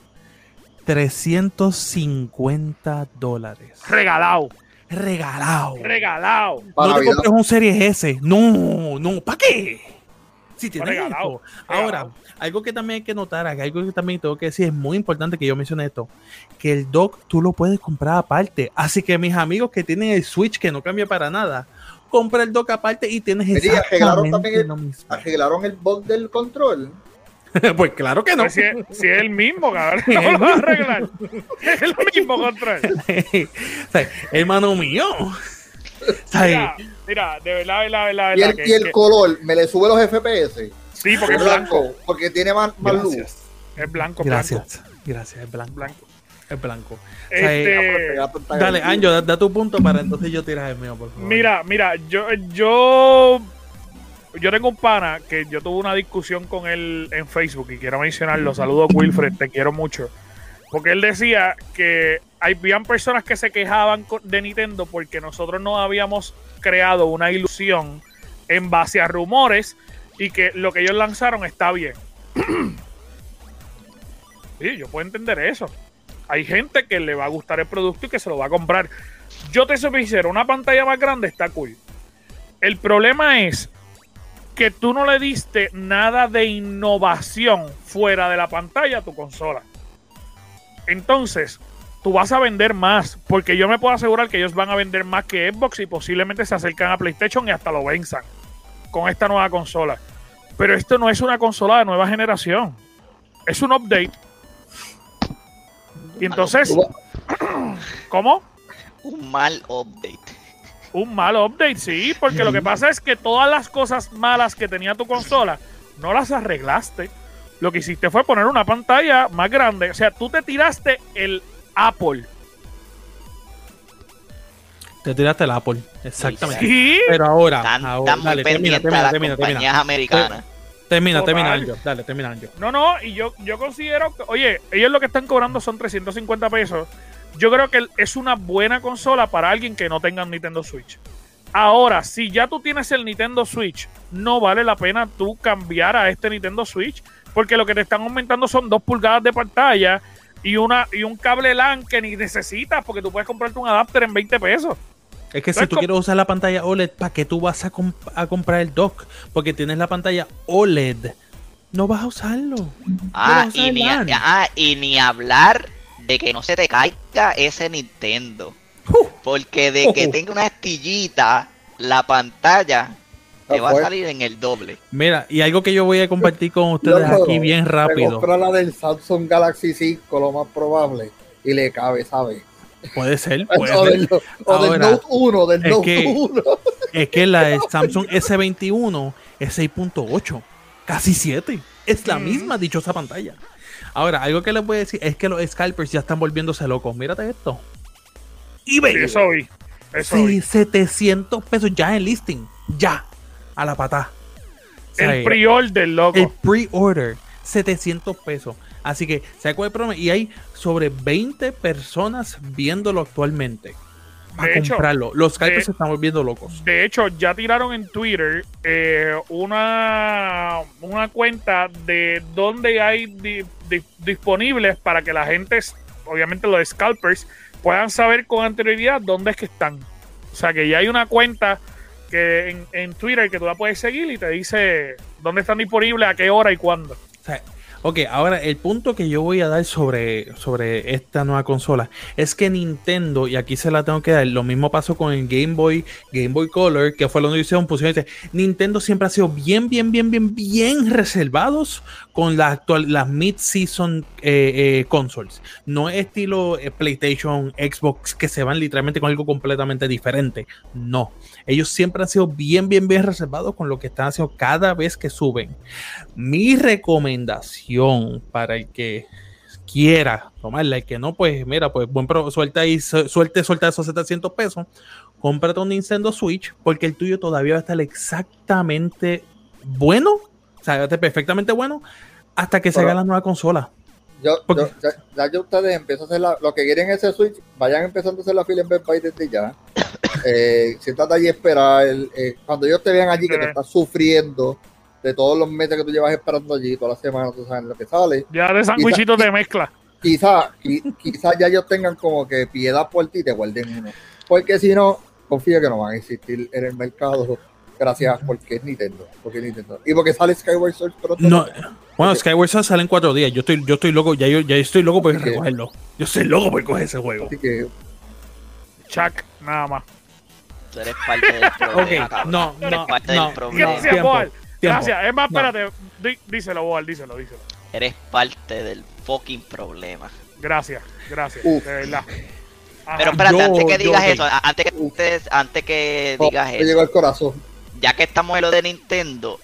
B: $350.
A: Regalado.
B: Regalado.
D: Para
B: No te
D: Navidad.
B: compres un Series S. No, ¿para qué? Si tienes
A: Regalado,
B: esto.
A: regalado.
B: Ahora, algo que también hay que notar, algo que también tengo que decir, es muy importante que yo mencione esto, que el dock tú lo puedes comprar aparte. Así que mis amigos que tienen el Switch que no cambia para nada, compra el dock aparte y tienes
D: Mira, arreglaron
B: exactamente
D: también
B: lo mismo.
D: Arreglaron el bug del control.
B: Pues claro que no.
A: Pues si es el mismo, cabrón. No lo va a arreglar. Es el mismo control.
B: O sea, hermano mío. O sea,
A: Mira, de verdad.
D: Y el color, me le sube los FPS.
A: Sí, porque es blanco.
D: Porque tiene más luz.
B: gracias.
A: Es blanco.
B: Gracias, es blanco.
A: Blanco.
B: Es blanco. O sea,
A: Este,
B: dale, Anjo, da tu punto para entonces yo tirar el mío, por favor.
A: mira, yo tengo un pana que yo tuve una discusión con él en Facebook y quiero mencionarlo. Saludos, Wilfred, te quiero mucho. Porque él decía que habían personas que se quejaban de Nintendo porque nosotros no habíamos creado una ilusión en base a rumores y que lo que ellos lanzaron está bien. Sí, yo puedo entender eso. Hay gente que le va a gustar el producto y que se lo va a comprar. Yo te soy sincero, una pantalla más grande está cool. El problema es que tú no le diste nada de innovación fuera de la pantalla a tu consola. Entonces, tú vas a vender más, porque yo me puedo asegurar que ellos van a vender más que Xbox y posiblemente se acercan a PlayStation y hasta lo venzan. con esta nueva consola. Pero esto no es una consola de nueva generación. Es un update. Y entonces, ¿cómo?
C: Un mal update.
A: Un mal update, sí, porque lo que pasa es que todas las cosas malas que tenía tu consola no las arreglaste. Lo que hiciste fue poner una pantalla más grande. O sea, tú te tiraste el Apple.
B: Te tiraste el Apple, exactamente.
A: Sí.
B: Pero ahora,
C: Están muy
B: dale,
C: pendientes a las compañías americanas.
B: Termina,
A: Total.
B: Anjo. Dale, termina, Anjo.
A: No, y yo considero que, oye, ellos lo que están cobrando son 350 pesos. Yo creo que es una buena consola para alguien que no tenga un Nintendo Switch. Ahora, si ya tú tienes el Nintendo Switch, no vale la pena tú cambiar a este Nintendo Switch, porque lo que te están aumentando son 2 pulgadas de pantalla y un cable LAN que ni necesitas, porque tú puedes comprarte un adapter en 20 pesos.
B: Es que si tú quieres usar la pantalla OLED, ¿para qué tú vas a comprar el dock? Porque tienes la pantalla OLED. No vas a usarlo.
C: Y ni hablar de que no se te caiga ese Nintendo. Porque de que tenga una astillita, la pantalla te va a salir en el doble.
B: Mira, y algo que yo voy a compartir con ustedes aquí bien rápido.
D: Compra la del Samsung Galaxy 5, lo más probable, y le cabe, ¿sabes?
B: Puede ser.
D: Del Note 1, del Note 1.
B: Es que la de Samsung S21 es 6.8, casi 7. Es la misma dichosa pantalla. Ahora, algo que les voy a decir es que los scalpers ya están volviéndose locos. Mírate esto. eBay.
A: Sí, eso vi.
B: 700 pesos ya en listing. Ya. A la patada.
A: El pre-order, loco.
B: El pre-order. 700 pesos. Así que, ¿sabes cuál es el problema? Y hay sobre 20 personas viéndolo actualmente. Para comprarlo. Los scalpers se están volviendo locos.
A: De hecho, ya tiraron en Twitter una cuenta de donde hay disponibles para que la gente, obviamente los scalpers, puedan saber con anterioridad dónde es que están. O sea, que ya hay una cuenta que en Twitter que tú la puedes seguir y te dice dónde están disponibles, a qué hora y cuándo.
B: O sea, ok, ahora el punto que yo voy a dar sobre esta nueva consola es que Nintendo, y aquí se la tengo que dar, lo mismo pasó con el Game Boy Color, que fue donde hicieron pusieron, Nintendo siempre ha sido bien reservados con las mid-season consoles. No es estilo PlayStation, Xbox, que se van literalmente con algo completamente diferente. No, ellos siempre han sido bien reservados con lo que están haciendo cada vez que suben. Mi recomendación para el que quiera tomarla, el que no, pues mira, pues suelta esos 700 pesos, cómprate un Nintendo Switch, porque el tuyo todavía va a estar exactamente bueno, o sea, va a estar perfectamente bueno hasta que se haga la nueva consola.
D: Ya ustedes empiezan a hacer lo que quieren ese Switch, vayan empezando a hacer la fila en Best Buy desde ya. Siéntate allí y espera. Cuando ellos te vean allí que te estás sufriendo de todos los meses que tú llevas esperando allí, todas las semanas, tú sabes lo que sale.
A: Ya de sandwichitos de mezcla.
D: Quizá ya ellos tengan como que piedad por ti y te guarden uno. Porque si no, confía que no van a existir en el mercado. Gracias, porque es Nintendo. Y porque sale Skyward Sword pronto.
B: No. Bueno, Skyward Sword sale en 4 días. Yo estoy loco, ya estoy loco por recogerlo. Yo estoy loco por coger ese juego.
D: Así que
A: Chuck, nada más.
C: Tú eres parte del problema.
B: Ok, no.
C: Del problema.
A: Gracias, Boal.
B: Tiempo.
A: Gracias. Es más, espérate. Díselo, Boal, díselo.
C: Eres parte del fucking problema.
A: Gracias. De verdad. Ajá.
C: Pero espérate, antes que digas eso, antes que digas
D: me
C: eso,
D: llegó al corazón.
C: ya que estamos en lo de Nintendo,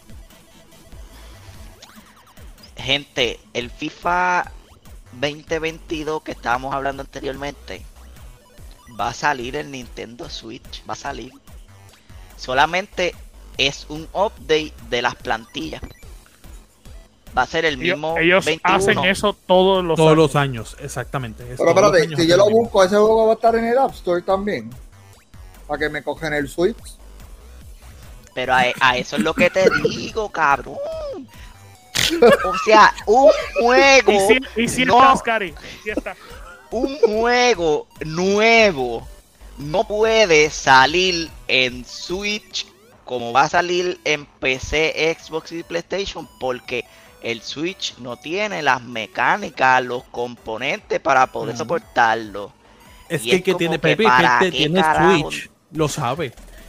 C: gente, el FIFA 2022 que estábamos hablando anteriormente, va a salir el Nintendo Switch, va a salir. Solamente es un update de las plantillas. Va a ser el mismo.
A: Ellos
C: 21.
A: hacen eso todos los años.
B: Exactamente.
D: Pero espérate, si yo lo busco, ese juego va a estar en el App Store también. Para que me cogen el Switch.
C: Pero a eso es lo que te digo, cabrón. O sea, un juego.
A: Y si estás, Cari. Si estás.
C: Un juego nuevo no puede salir en Switch como va a salir en PC, Xbox y PlayStation, porque el Switch no tiene las mecánicas, los componentes para poder soportarlo.
B: Es que el que tiene Pepe, que tiene Switch, lo sabe.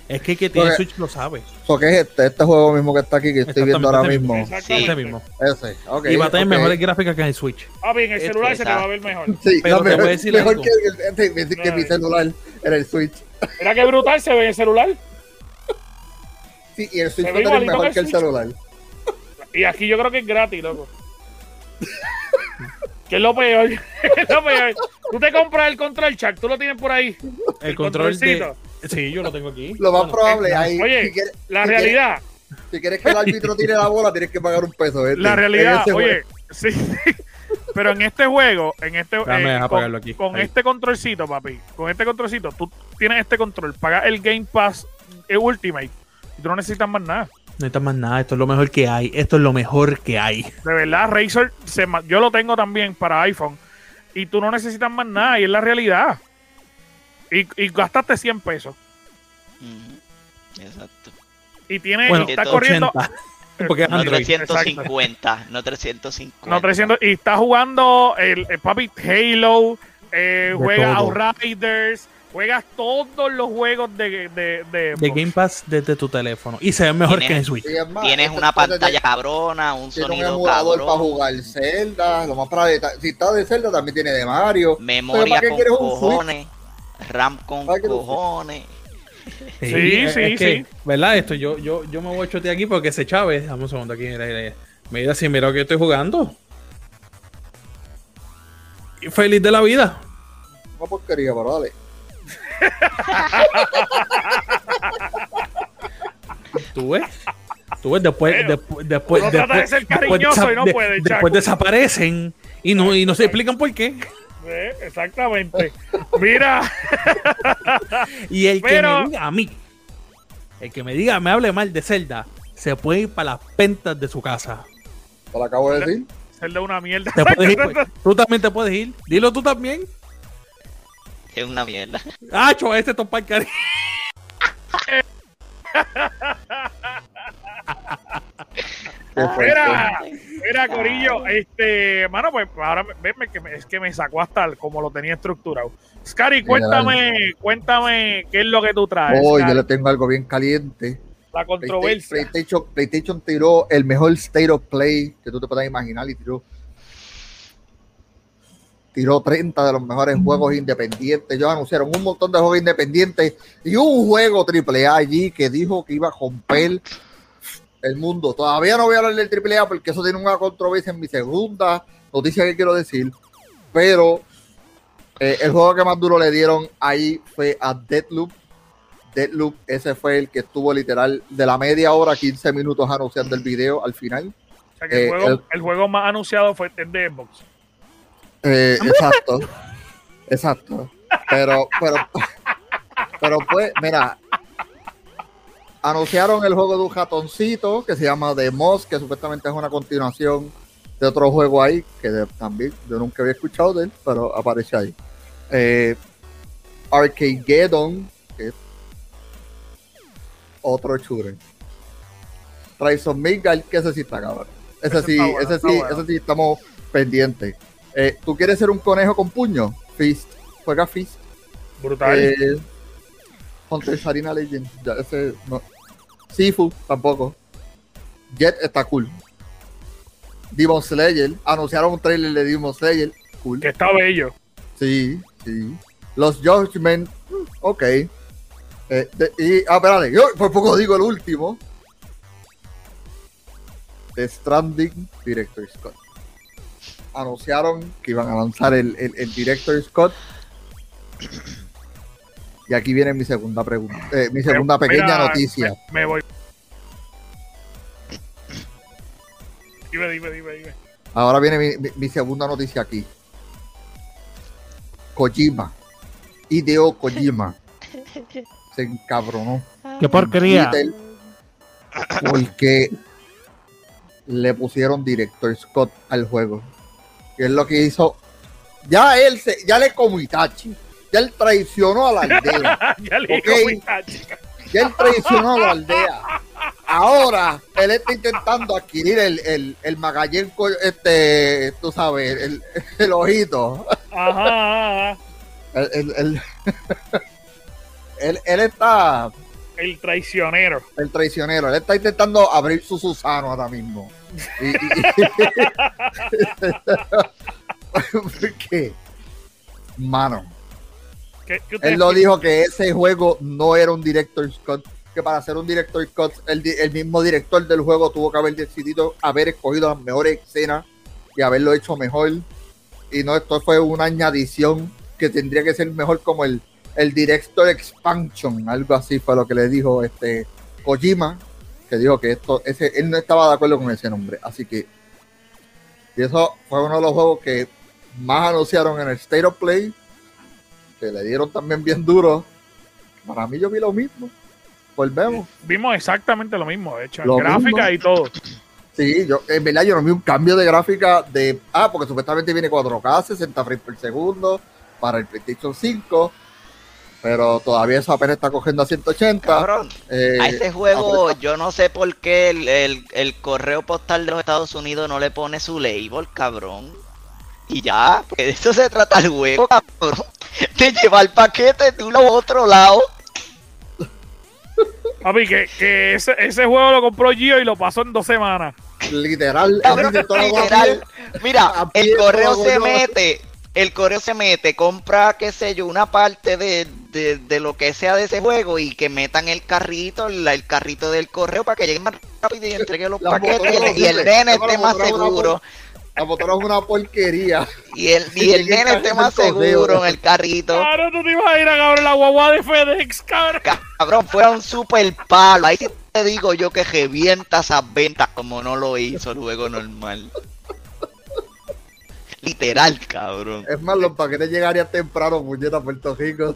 B: Es que el que tiene
D: Porque-
B: Switch lo sabe.
D: So, ¿qué es este juego mismo que está aquí que estoy viendo ahora mismo?
A: Exactamente.
B: Ese mismo.
D: Ese, ok.
B: Y va a tener
D: ok.
B: mejores gráficas que en el Switch.
A: Ah, bien, el celular se te va a ver
C: Exacto.
A: mejor.
D: Sí,
B: Pero
D: no,
B: te voy a
D: mejor,
B: decir
D: mejor
B: algo.
D: que mi celular en el Switch.
A: Mira qué brutal se ve en el celular.
D: Sí, y el Switch
A: Se
D: va
A: ve
D: a tener
A: igualito
D: mejor
A: que
D: que
A: el
D: el
A: Switch.
D: celular.
A: Y aquí yo creo que es gratis, loco. Que es lo peor. Es lo peor. Tú te compras el control, Chuck. Tú lo tienes por ahí.
B: El control de...
A: controlcito.
B: Sí, yo lo tengo aquí.
D: Lo más
B: Bueno,
D: probable ahí.
A: Oye,
D: si quieres,
A: la
D: si
A: realidad.
D: si quieres que el árbitro tire la bola, tienes que pagar un peso. ¿viste?
A: La realidad,
D: En ese
A: oye, sí. Pero en este juego,
B: Déjame dejar apagarlo aquí.
A: con
B: Ahí.
A: este controlcito, papi, con este controlcito, tú tienes este control, pagas el Game Pass Ultimate y tú no necesitas más nada.
B: No necesitas más nada. Esto es lo mejor que hay. Esto es lo mejor que hay.
A: De verdad, Razer, yo lo tengo también para iPhone y tú no necesitas más nada y es la realidad. Y gastaste 100 pesos.
C: Ujú. Exacto.
A: Y tiene,
B: Bueno,
A: está corriendo
B: 80. Porque es
C: No
B: Android.
C: 350, no 350.
A: no 300 y está jugando el papi Halo, juega
B: todo.
A: Outriders, juegas todos los juegos de
B: De
A: Xbox.
B: Game Pass desde tu teléfono. Y se ve mejor
C: Tienes-
B: que en el Switch.
D: Y es más,
C: Tienes
D: este
C: una
D: puede
C: pantalla
D: tener-
C: cabrona, un
D: Tiene un
C: sonido
D: emulador para
C: cabrón,
D: jugar Zelda, lo más probable. Si está de Zelda, también tiene de Mario.
C: memoria
D: ¿para qué
C: con
D: quieres un Switch?
C: cojones, RAM con
D: ¿Para qué quieres un
C: cojones.
A: Sí,
B: es
A: sí,
B: que,
A: sí.
B: ¿verdad? Esto yo me voy a chotear aquí porque ese Chávez. Dame un segundo aquí. Mira. Mira si mira lo que estoy jugando. Y feliz de la vida.
D: Una porquería, pero dale.
B: ¿Tú ves? Después,
A: Pero,
B: después,
A: uno trata de ser cariñoso y no puede, Chaco.
B: después desaparecen y no se explican por qué.
A: Exactamente. Mira,
B: Y el
A: Pero-
B: que me diga a mí, me hable mal de Zelda, se puede ir para las pentas de su casa.
D: Te lo acabo de decir.
A: ser de una mierda.
B: Te puedes ir, pues. Tú también te puedes ir. Dilo tú también.
C: Es una mierda.
B: ¡Acho! Este topa el cari.
A: Mira, Corillo, mano, pues ahora venme que es que me sacó hasta como lo tenía estructurado. Scary, cuéntame qué es lo que tú traes.
D: Oh,
A: Scary.
D: yo le tengo algo bien caliente.
A: La controversia.
D: PlayStation tiró el mejor State of Play que tú te puedas imaginar y tiró 30 de los mejores juegos independientes. Ellos anunciaron un montón de juegos independientes y un juego AAA allí que dijo que iba a romper el mundo. Todavía no voy a hablar del AAA porque eso tiene una controversia en mi segunda noticia que quiero decir, pero el juego que más duro le dieron ahí fue a Deathloop. Deathloop, ese fue el que estuvo literal de la media hora, 15 minutos anunciando el video al final.
A: O sea, que el juego más anunciado fue el de Xbox.
D: Exacto. Pero pues, mira, anunciaron el juego de un ratoncito que se llama The Moss, que supuestamente es una continuación de otro juego ahí, que también yo nunca había escuchado de él, pero aparece ahí. Arcageddon, que es otro shooter. Rise of Midgard, que ese sí está cabrón. Ese sí estamos pendientes. ¿Tú quieres ser un conejo con puño? Fist. Juega Fist.
A: Brutal.
D: Hunter's Arena Legend. Ya, ese no. Sifu tampoco. Jet está cool. Demon Slayer. Anunciaron un trailer de Demon Slayer. Cool.
A: Que está bello.
D: Sí. Los Judgment. Ok. Espérate. Yo por poco digo el último. The Stranding Director Scott. Anunciaron que iban a lanzar el Director Scott. Y aquí viene mi segunda pregunta, mi segunda pequeña noticia.
A: Me voy. Dime.
D: Ahora viene mi segunda noticia aquí. Kojima. Hideo Kojima. Se encabronó.
B: ¡Qué porquería!
D: Twitter, porque le pusieron Director Scott al juego. Que es lo que hizo. Ya le como Itachi. Ya él traicionó a la aldea.
A: Ya le digo,
D: Ok.
A: muchacha.
D: Ya él traicionó a la aldea. Ahora él está intentando adquirir el Magallén, tú sabes, el ojito.
A: Ajá.
D: Él está
A: El traicionero.
D: El traicionero. Él está intentando abrir su Susano ahora mismo. ¿Por qué? Mano. Él lo dijo que ese juego no era un director's cut. Que para hacer un director's cut, el mismo director del juego tuvo que haber decidido haber escogido las mejores escenas y haberlo hecho mejor. Y no, esto fue una añadición que tendría que ser mejor como el Director Expansion, algo así fue lo que le dijo Kojima, que dijo que él no estaba de acuerdo con ese nombre, así que y eso fue uno de los juegos que más anunciaron en el State of Play, que le dieron también bien duro. Para mí yo vi lo mismo, volvemos.
A: Vimos exactamente lo mismo, de hecho, en
D: Lo
A: gráfica
D: mismo.
A: y todo.
D: Sí, en verdad yo no vi un cambio de gráfica porque supuestamente viene 4K, 60 frames por segundo para el PlayStation 5, pero todavía eso apenas está cogiendo a 180.
C: Cabrón, a ese juego yo no sé por qué el correo postal de los Estados Unidos no le pone su label, cabrón. Y ya, porque de eso se trata el juego, cabrón. De llevar paquete de uno a otro lado.
A: Papi, que ese juego lo compró Gio y lo pasó en 2 semanas.
D: Literal,
C: Cabrón, literal. Mira,
D: a pie,
C: el correo
D: todo
C: se
D: yo.
C: mete, compra, qué sé yo, una parte de lo que sea de ese juego y que metan el carrito, el carrito del correo para que lleguen más rápido y entreguen los
D: La
C: paquetes
D: motora
C: y el
D: no
C: nene
D: sirve.
C: esté
D: La
C: más
D: motora es una
C: seguro.
D: La motora es una porquería.
C: Y el nene esté más seguro en el carrito.
A: Cabrón, tú te imaginas, cabrón, la guagua de FedEx, cabrón.
C: Cabrón, fuera un super palo. Ahí sí te digo yo que revienta esas ventas como no lo hizo el juego normal. Literal, cabrón.
D: Es más, los paquetes llegarían temprano, puñeta, a Puerto Rico.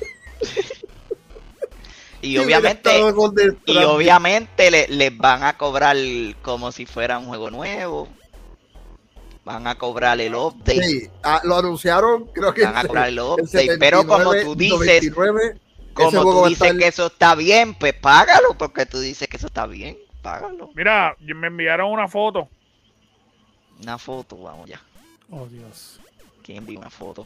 C: Y obviamente les van a cobrar como si fuera un juego nuevo. Van a cobrar el update.
D: Sí, lo anunciaron, creo que
C: Van a cobrar el
D: el
C: update. Pero como tú dices,
D: 99,
C: que eso está bien, pues págalo. Porque tú dices que eso está bien, págalo.
A: Mira, me enviaron una foto.
C: Una foto, vamos ya.
B: Oh, Dios.
C: ¿Quién envió una foto?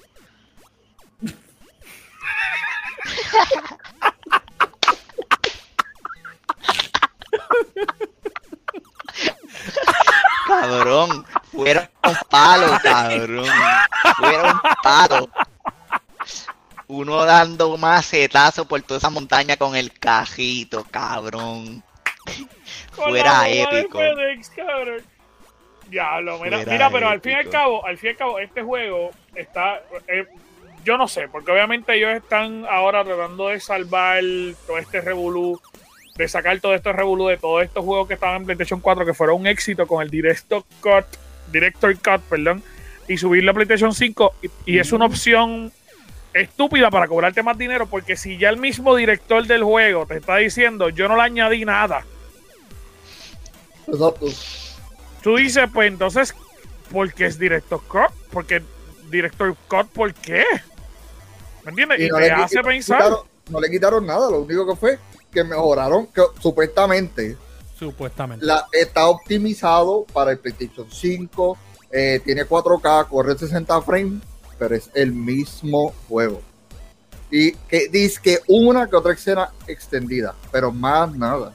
C: Cabrón, fueron palos, cabrón. Fueron palos. Uno dando macetazo por toda esa montaña con el cajito, cabrón.
A: Con
C: Fuera
A: la guagua de
C: épico.
A: FedEx, cabrón. Diablo, mira,
C: Fuera
A: pero al fin y al
C: épico.
A: cabo, este juego está, yo no sé, porque obviamente ellos están ahora tratando de salvar todo este revolú, de sacar todo este revolú de todos estos juegos que estaban en PlayStation 4 que fueron un éxito con el Director Cut, perdón, y subirlo a PlayStation 5 y es una opción estúpida para cobrarte más dinero, porque si ya el mismo director del juego te está diciendo yo no le añadí nada,
D: Exacto.
A: tú dices, pues entonces, ¿por qué es Director Cut? Porque Director Cut, ¿por qué? ¿Me entiendes? Y
D: no
A: te
D: le
A: hace pensar.
D: no le quitaron nada, lo único que fue que mejoraron, que supuestamente
B: Supuestamente.
D: está optimizado para el PlayStation 5, tiene 4K, corre 60 frames, pero es el mismo juego. Y que dice que una que otra escena extendida, pero más nada.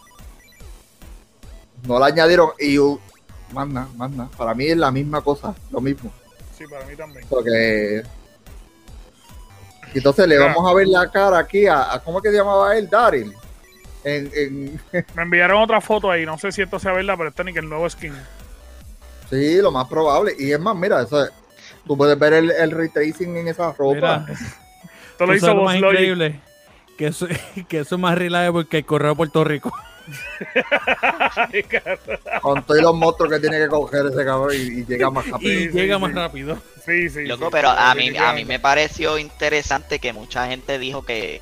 D: No la añadieron y más nada. Para mí es la misma cosa, lo mismo.
A: Sí, para mí también.
D: Porque entonces le vamos a ver la cara aquí a ¿cómo es que se llamaba él? Daryl.
A: Me enviaron otra foto ahí, no sé si esto sea verdad, pero este ni que el nuevo skin.
D: Sí, lo más probable. Y es más, mira, eso, tú puedes ver el ray tracing en esa ropa.
B: Mira,
A: Esto lo
B: ¿tú
A: hizo
B: sabes lo
A: Boss
B: más
A: Logic.
B: increíble? Que eso es más reliable que el correo de Puerto Rico.
D: Con todos los monstruos que tiene que coger ese cabrón y llega más rápido.
B: Y
A: sí,
B: llega
A: sí.
B: más rápido.
A: Sí, sí.
C: Loco,
A: sí,
C: pero
A: sí,
C: a mí
A: definitivamente.
C: me pareció interesante que mucha gente dijo que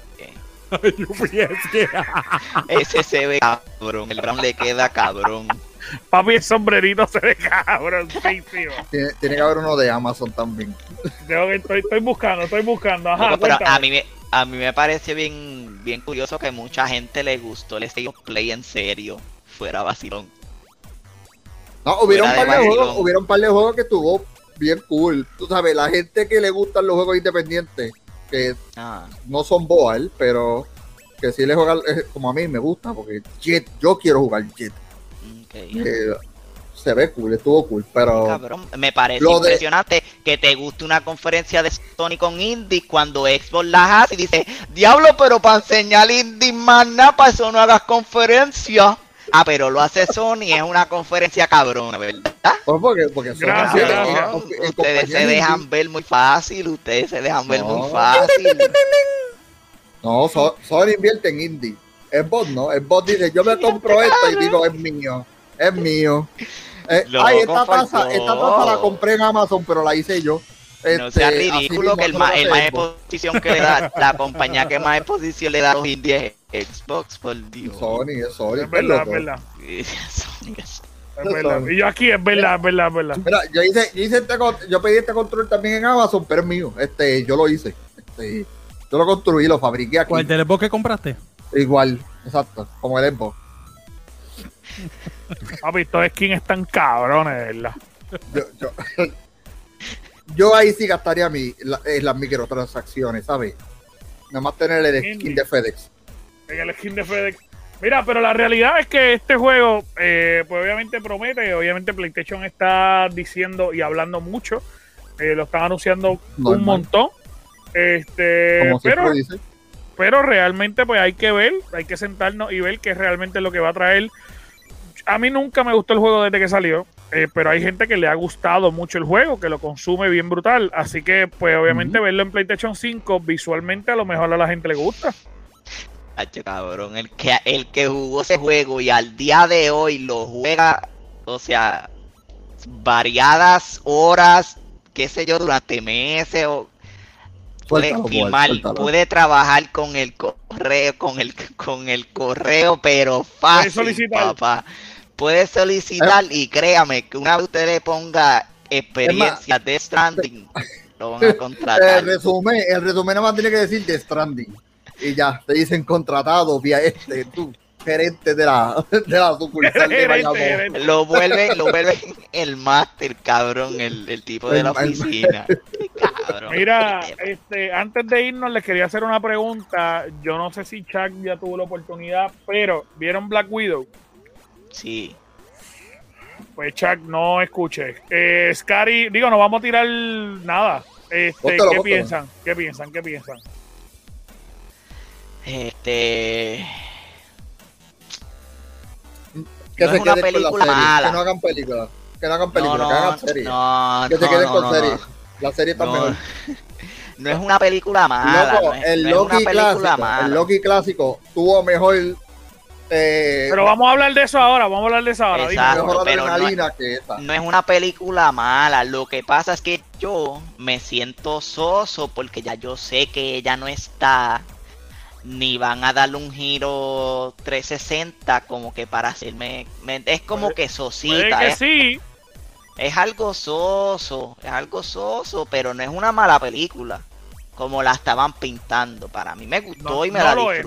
C: ese se ve cabrón, el Brown le queda cabrón.
A: Papi, el sombrerito se ve cabrón. Sí, tío.
D: Tiene que haber uno de Amazon también.
A: Estoy buscando. Ajá,
C: Loco, pero
A: cuéntame.
C: a mí me parece bien curioso que mucha gente le gustó el State of Play en serio, fuera vacilón.
D: No, hubieron un
C: Fuera
D: par
C: de
D: de juegos,
C: vacilón.
D: hubieron un par de juegos que estuvo bien cool. Tú sabes, la gente que le gustan los juegos independientes, que
C: Ah,
D: no son boal, pero que sí le juega como a mí me gusta, porque Jet, yo quiero jugar Jet.
C: Okay.
D: Se ve cool, estuvo cool, pero...
C: Cabrón, me parece
D: Lo de-
C: impresionante que te guste una conferencia de Sony con indies cuando Xbox la hace y dice, diablo, pero para enseñar indies más nada, para eso no hagas conferencia. Ah, pero lo hace Sony, es una conferencia cabrona, ¿verdad?
D: Pues porque son
A: Gracias,
D: compañías-
A: gracias.
C: Ustedes
D: compañías
C: se dejan
D: indie.
C: ver muy fácil, ustedes se dejan ver
D: No.
C: muy fácil.
D: No, Sony invierte en indie. Xbox no, Xbox dice, yo me compro esto y digo, es mío.
C: Loco,
D: Ay,
C: por
D: esta taza
C: favor.
D: la compré en Amazon, pero la hice yo.
C: No sea
D: así
C: ridículo
D: mismo
C: que el
D: lo
C: más
D: hace Xbox.
C: exposición que le da, la compañía que más exposición le da a los indies es Xbox, por Dios.
D: Sony, es Sony.
A: Es verdad,
D: loco.
A: es verdad.
C: Sony,
A: Es verdad. Y yo aquí, es verdad, es verdad, es verdad.
D: Mira, yo pedí este control también en Amazon, pero es mío. Yo lo hice. Yo lo construí, lo fabriqué aquí.
B: ¿Cuál teléfono que compraste?
D: Igual, exacto, como el Xbox.
A: Papi, estos skins están cabrones, de verdad.
D: Yo ahí sí gastaría las microtransacciones, ¿sabes? Nada más tener el skin de FedEx.
A: En el skin de FedEx. Mira, pero la realidad es que este juego, pues obviamente promete, obviamente PlayStation está diciendo y hablando mucho, lo están anunciando
D: Normal.
A: un montón,
D: Como siempre
A: pero,
D: dice.
A: pero realmente pues hay que ver, hay que sentarnos y ver qué es realmente lo que va a traer. A mí nunca me gustó el juego desde que salió, pero hay gente que le ha gustado mucho el juego, que lo consume bien brutal, así que pues obviamente verlo en PlayStation 5 visualmente a lo mejor a la gente le gusta.
C: Hacho, cabrón, el que jugó ese juego y al día de hoy lo juega, o sea, variadas horas, qué sé yo, durante meses, o puede
D: Suéltalo,
C: firmar,
D: suéltalo.
C: puede trabajar con el correo, con el correo, pero fácil,
A: solicitar.
C: papá. Puede solicitar y créame que una vez usted le ponga experiencia de Stranding, lo van a contratar.
D: El resumen nada más tiene que decir The Stranding. Y ya, te dicen contratado vía tú, gerente de la sucursal de Bayamón.
A: Gerente.
C: Lo vuelve el máster, cabrón, el tipo de la oficina. Cabrón.
A: Mira, antes de irnos les quería hacer una pregunta. Yo no sé si Chuck ya tuvo la oportunidad, pero ¿vieron Black Widow?
C: Sí.
A: Pues Chuck, no escuche. Scary, digo, no vamos a tirar nada.
D: Bótalo,
A: ¿Qué
D: bótalo.
A: piensan? ¿Qué piensan?
D: Que
C: No
D: se
C: es una
D: queden con la
C: película
D: serie,
C: mala.
D: que no hagan películas. Que no hagan películas,
C: No,
D: que
C: no,
D: hagan series.
C: no,
D: Que se queden
C: no,
D: con
C: no,
D: series.
C: no.
D: La serie está
C: No,
D: mejor.
C: no es una película mala.
D: Loco,
C: no es,
D: el
C: no es una
D: Loki
C: película
D: clásico,
C: mala.
D: el Loki clásico tuvo mejor
A: Pero vamos a hablar de eso ahora. Dime.
C: Exacto.
D: mejor
C: pero
D: adrenalina que esa.
C: No es una película mala. Lo que pasa es que yo me siento soso porque ya yo sé que ella no está. Ni van a darle un giro 360 como que para hacerme. Es como que
A: Puede
C: sosita.
A: que
C: Es,
A: sí.
C: es algo soso, pero no es una mala película. Como la estaban pintando. Para mí me gustó y me la disfruté.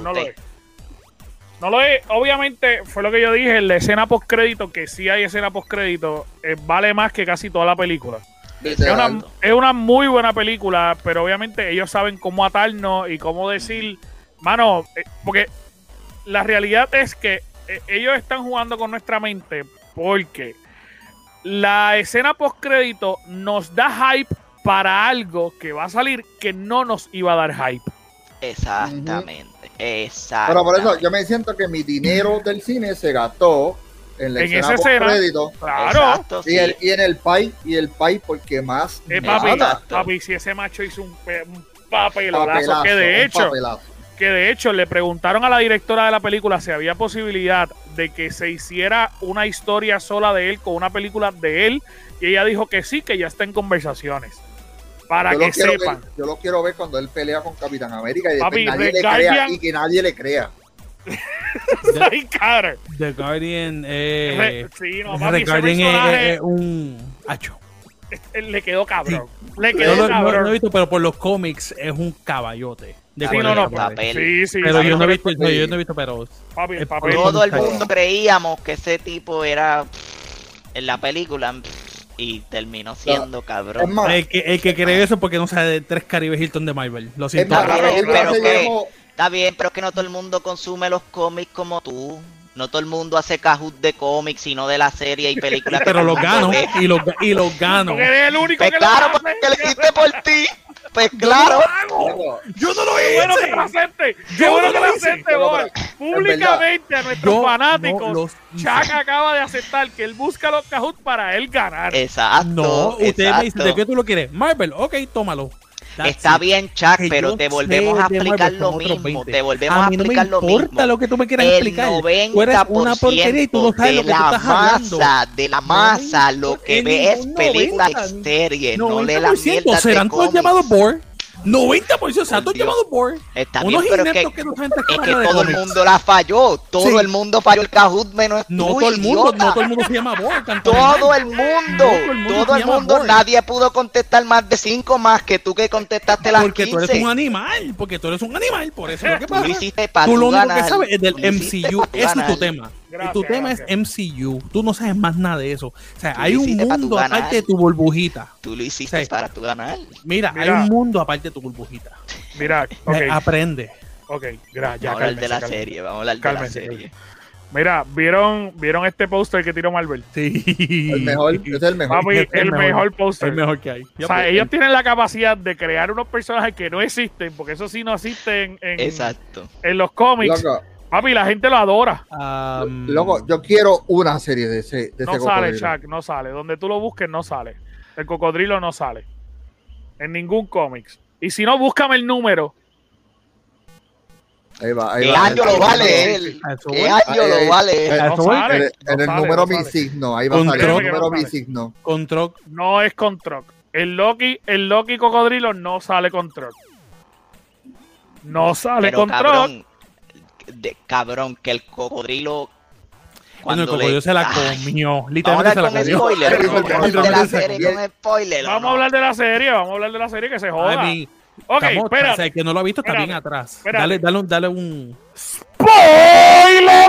A: No lo es. Obviamente, fue lo que yo dije, la escena post crédito, que sí hay escena post crédito, vale más que casi toda la película.
C: Exacto.
A: Es una muy buena película, pero obviamente ellos saben cómo atarnos y cómo decir, mano, porque la realidad es que ellos están jugando con nuestra mente porque la escena post crédito nos da hype para algo que va a salir que no nos iba a dar hype.
C: Exactamente.
D: Pero por eso yo me siento que mi dinero del cine se gastó en la
A: En
D: escena
A: esa escena.
D: crédito
A: Claro.
C: Exacto,
D: y,
C: sí.
D: y en el pay porque más
A: Papi,
C: Exacto.
A: papi, si ese macho hizo un papelazo, que de hecho le preguntaron a la directora de la película si había posibilidad de que se hiciera una historia sola de él con una película de él, y ella dijo que sí, que ya está en conversaciones. Para
D: Yo
A: que
D: lo quiero
A: sepan.
D: ver, yo lo quiero ver cuando él pelea con Capitán América y
A: Papi,
D: después nadie
A: The
D: le crea
A: Guardian-
D: y que nadie le crea.
A: Ay, Carter.
B: The Guardian,
A: Sí, no,
B: The
A: papi, ese
B: Guardian
A: personaje
B: es un hacho.
A: le quedó cabrón. Le
B: No,
A: quedó
B: no
A: cabrón.
B: he visto, pero por los cómics es un caballote. De
C: Sí,
A: Sí,
B: color.
A: no, no,
C: papel.
A: sí,
B: Pero
A: sí,
B: yo no he
A: sí,
B: visto, no, yo no he visto, pero
A: papi, el
B: el
A: papel.
B: color-
C: Todo el
B: Exacto.
C: mundo creíamos que ese tipo era en la película y terminó siendo
D: Es
C: cabrón.
D: más,
B: el que cree eso porque no sabe de 3 Caribes Hilton de Marvel. Lo
D: es
B: siento.
D: más,
A: Claro,
D: la película
A: claro,
D: se
C: ¿qué?
D: llamó
C: Está bien, pero es que no todo el mundo consume los cómics como tú. No todo el mundo hace Kahoot de cómics, sino de la serie y películas.
B: Pero
C: todo
B: los
C: el mundo
B: gano
C: ve.
B: y los gano.
A: Porque eres el único
C: Pues
A: que
C: claro,
A: lo hace.
C: porque lo hiciste por ti. Pues claro.
D: Loco,
B: Yo no lo
A: Qué
B: hice.
A: bueno que lo acepte. Qué
B: Yo
A: bueno
B: no
A: que
B: lo
A: lo
B: hice.
A: acepte, Bol. Públicamente a nuestros
B: Yo no
A: fanáticos,
B: los hice.
A: Chuck acaba de aceptar que él busca los Kahoot para él ganar.
C: Exacto.
B: No, usted me dice,
C: exacto.
B: ¿de qué tú lo quieres? Marvel, ok, tómalo. That's
C: Está
B: it.
C: bien, Chuck,
B: Que
C: pero
B: yo
C: te volvemos a
B: sé de
C: explicar
B: Marvel
C: lo
B: con otros
C: mismo.
B: 20.
C: Te volvemos
B: A
C: a
B: mí no me
C: explicar lo
B: importa
C: mismo.
B: lo que tú me quieras
C: El
B: explicar. Tú eres una porquería y tú no
C: 90%
B: sabes
C: de
B: lo que tú
C: la
B: estás hablando.
C: masa, de la masa,
B: No,
C: lo que
B: en
C: ve es
B: ningún
C: películas
B: 90,
C: y series, no lee la
B: 90%
C: mierda de
B: serán todos
C: cómics.
B: llamados board. 90% serán
C: Por
B: todos
C: Dios.
B: llamados board.
C: Está
B: Unos
C: bien, pero es
B: ineptos
C: que,
B: no saben tres
C: es que
B: carajos de
C: todo el
B: cómics.
C: mundo la falló. Todo
B: Sí.
C: el mundo falló el Kahoot menos
B: No
C: tú,
B: todo el mundo,
C: idiota.
B: no todo el mundo se llama board. tanto
C: Todo
B: animal.
C: el mundo,
B: todo
C: todo
B: se
C: el
B: llama
C: mundo,
B: board.
C: nadie pudo contestar más de 5 más que tú que contestaste las
B: Porque
C: 15.
B: tú eres un animal, porque tú eres un animal, por eso es lo que
C: Tú
B: pasa.
C: lo hiciste para
B: Tú lo único
C: ganar.
B: que sabes es del
C: Tú lo hiciste
B: MCU,
C: pa' tú
B: ese es tu
C: ganar.
B: tema.
A: Gracias,
B: y tu tema
A: gracias.
B: es MCU, tú no sabes más nada de eso. O sea,
C: Tú
B: hay
C: lo
B: un
C: hiciste pa' tú
B: mundo
C: ganar.
B: aparte de tu burbujita.
C: Tú lo hiciste
B: Sí.
C: para tu ganar.
B: Mira, hay
A: Mira.
B: un mundo aparte de tu burbujita.
A: Mira, ok,
B: Aprende.
A: ok, ya,
C: Vamos a hablar de la
A: cálmense.
C: serie, vamos a hablar de
A: Cálmense,
C: la serie.
A: Mira, ¿vieron este póster que tiró Marvel?
B: Sí.
D: el mejor, es el mejor.
A: Papi,
B: Es
A: el mejor póster.
B: El mejor que hay.
A: O sea, ellos tienen la capacidad de crear unos personajes que no existen, porque eso sí no existen
C: Exacto.
A: en los cómics.
D: Loco,
A: Papi, la gente lo adora.
D: loco, yo quiero una serie de ese
A: No
D: ese
A: sale,
D: cocodrilo.
A: Chuck, no sale. Donde tú lo busques, no sale. El cocodrilo no sale. En ningún cómics. Y si no, búscame el número.
D: Ahí va, ahí
C: ¿Qué
D: va.
C: año lo vale él?
B: A eso
C: ¿Qué
B: voy.
C: año
D: Ahí,
C: lo vale él?
B: a
A: No
B: eso voy.
A: sale.
D: En el
A: No sale,
D: número
A: no sale.
D: bisigno, ahí va a salir.
B: Control.
D: El número
A: No sale.
D: bisigno.
B: Con Troc.
A: No es con Troc. El Loki cocodrilo no sale con Troc. No sale
C: Pero
A: con Troc.
C: cabrón, cabrón, que el cocodrilo
B: Bueno, el
C: cuando
B: cocodrilo se la
C: Ay,
B: comió.
C: vamos a
B: Literalmente se
C: hablar
B: la
C: con
B: comió.
C: spoiler,
D: Ay,
C: vamos a hablar de la
B: literalmente se
C: serie
D: comió.
C: con spoiler. ¿o
A: Vamos
C: no?
A: a hablar de la serie que se joda.
B: A mí,
A: Ok,
B: estamos-
A: espérate.
B: o sea, el que no lo ha visto está
A: Espérate,
B: bien atrás.
A: espérate.
B: Dale un...
A: ¡Spoiler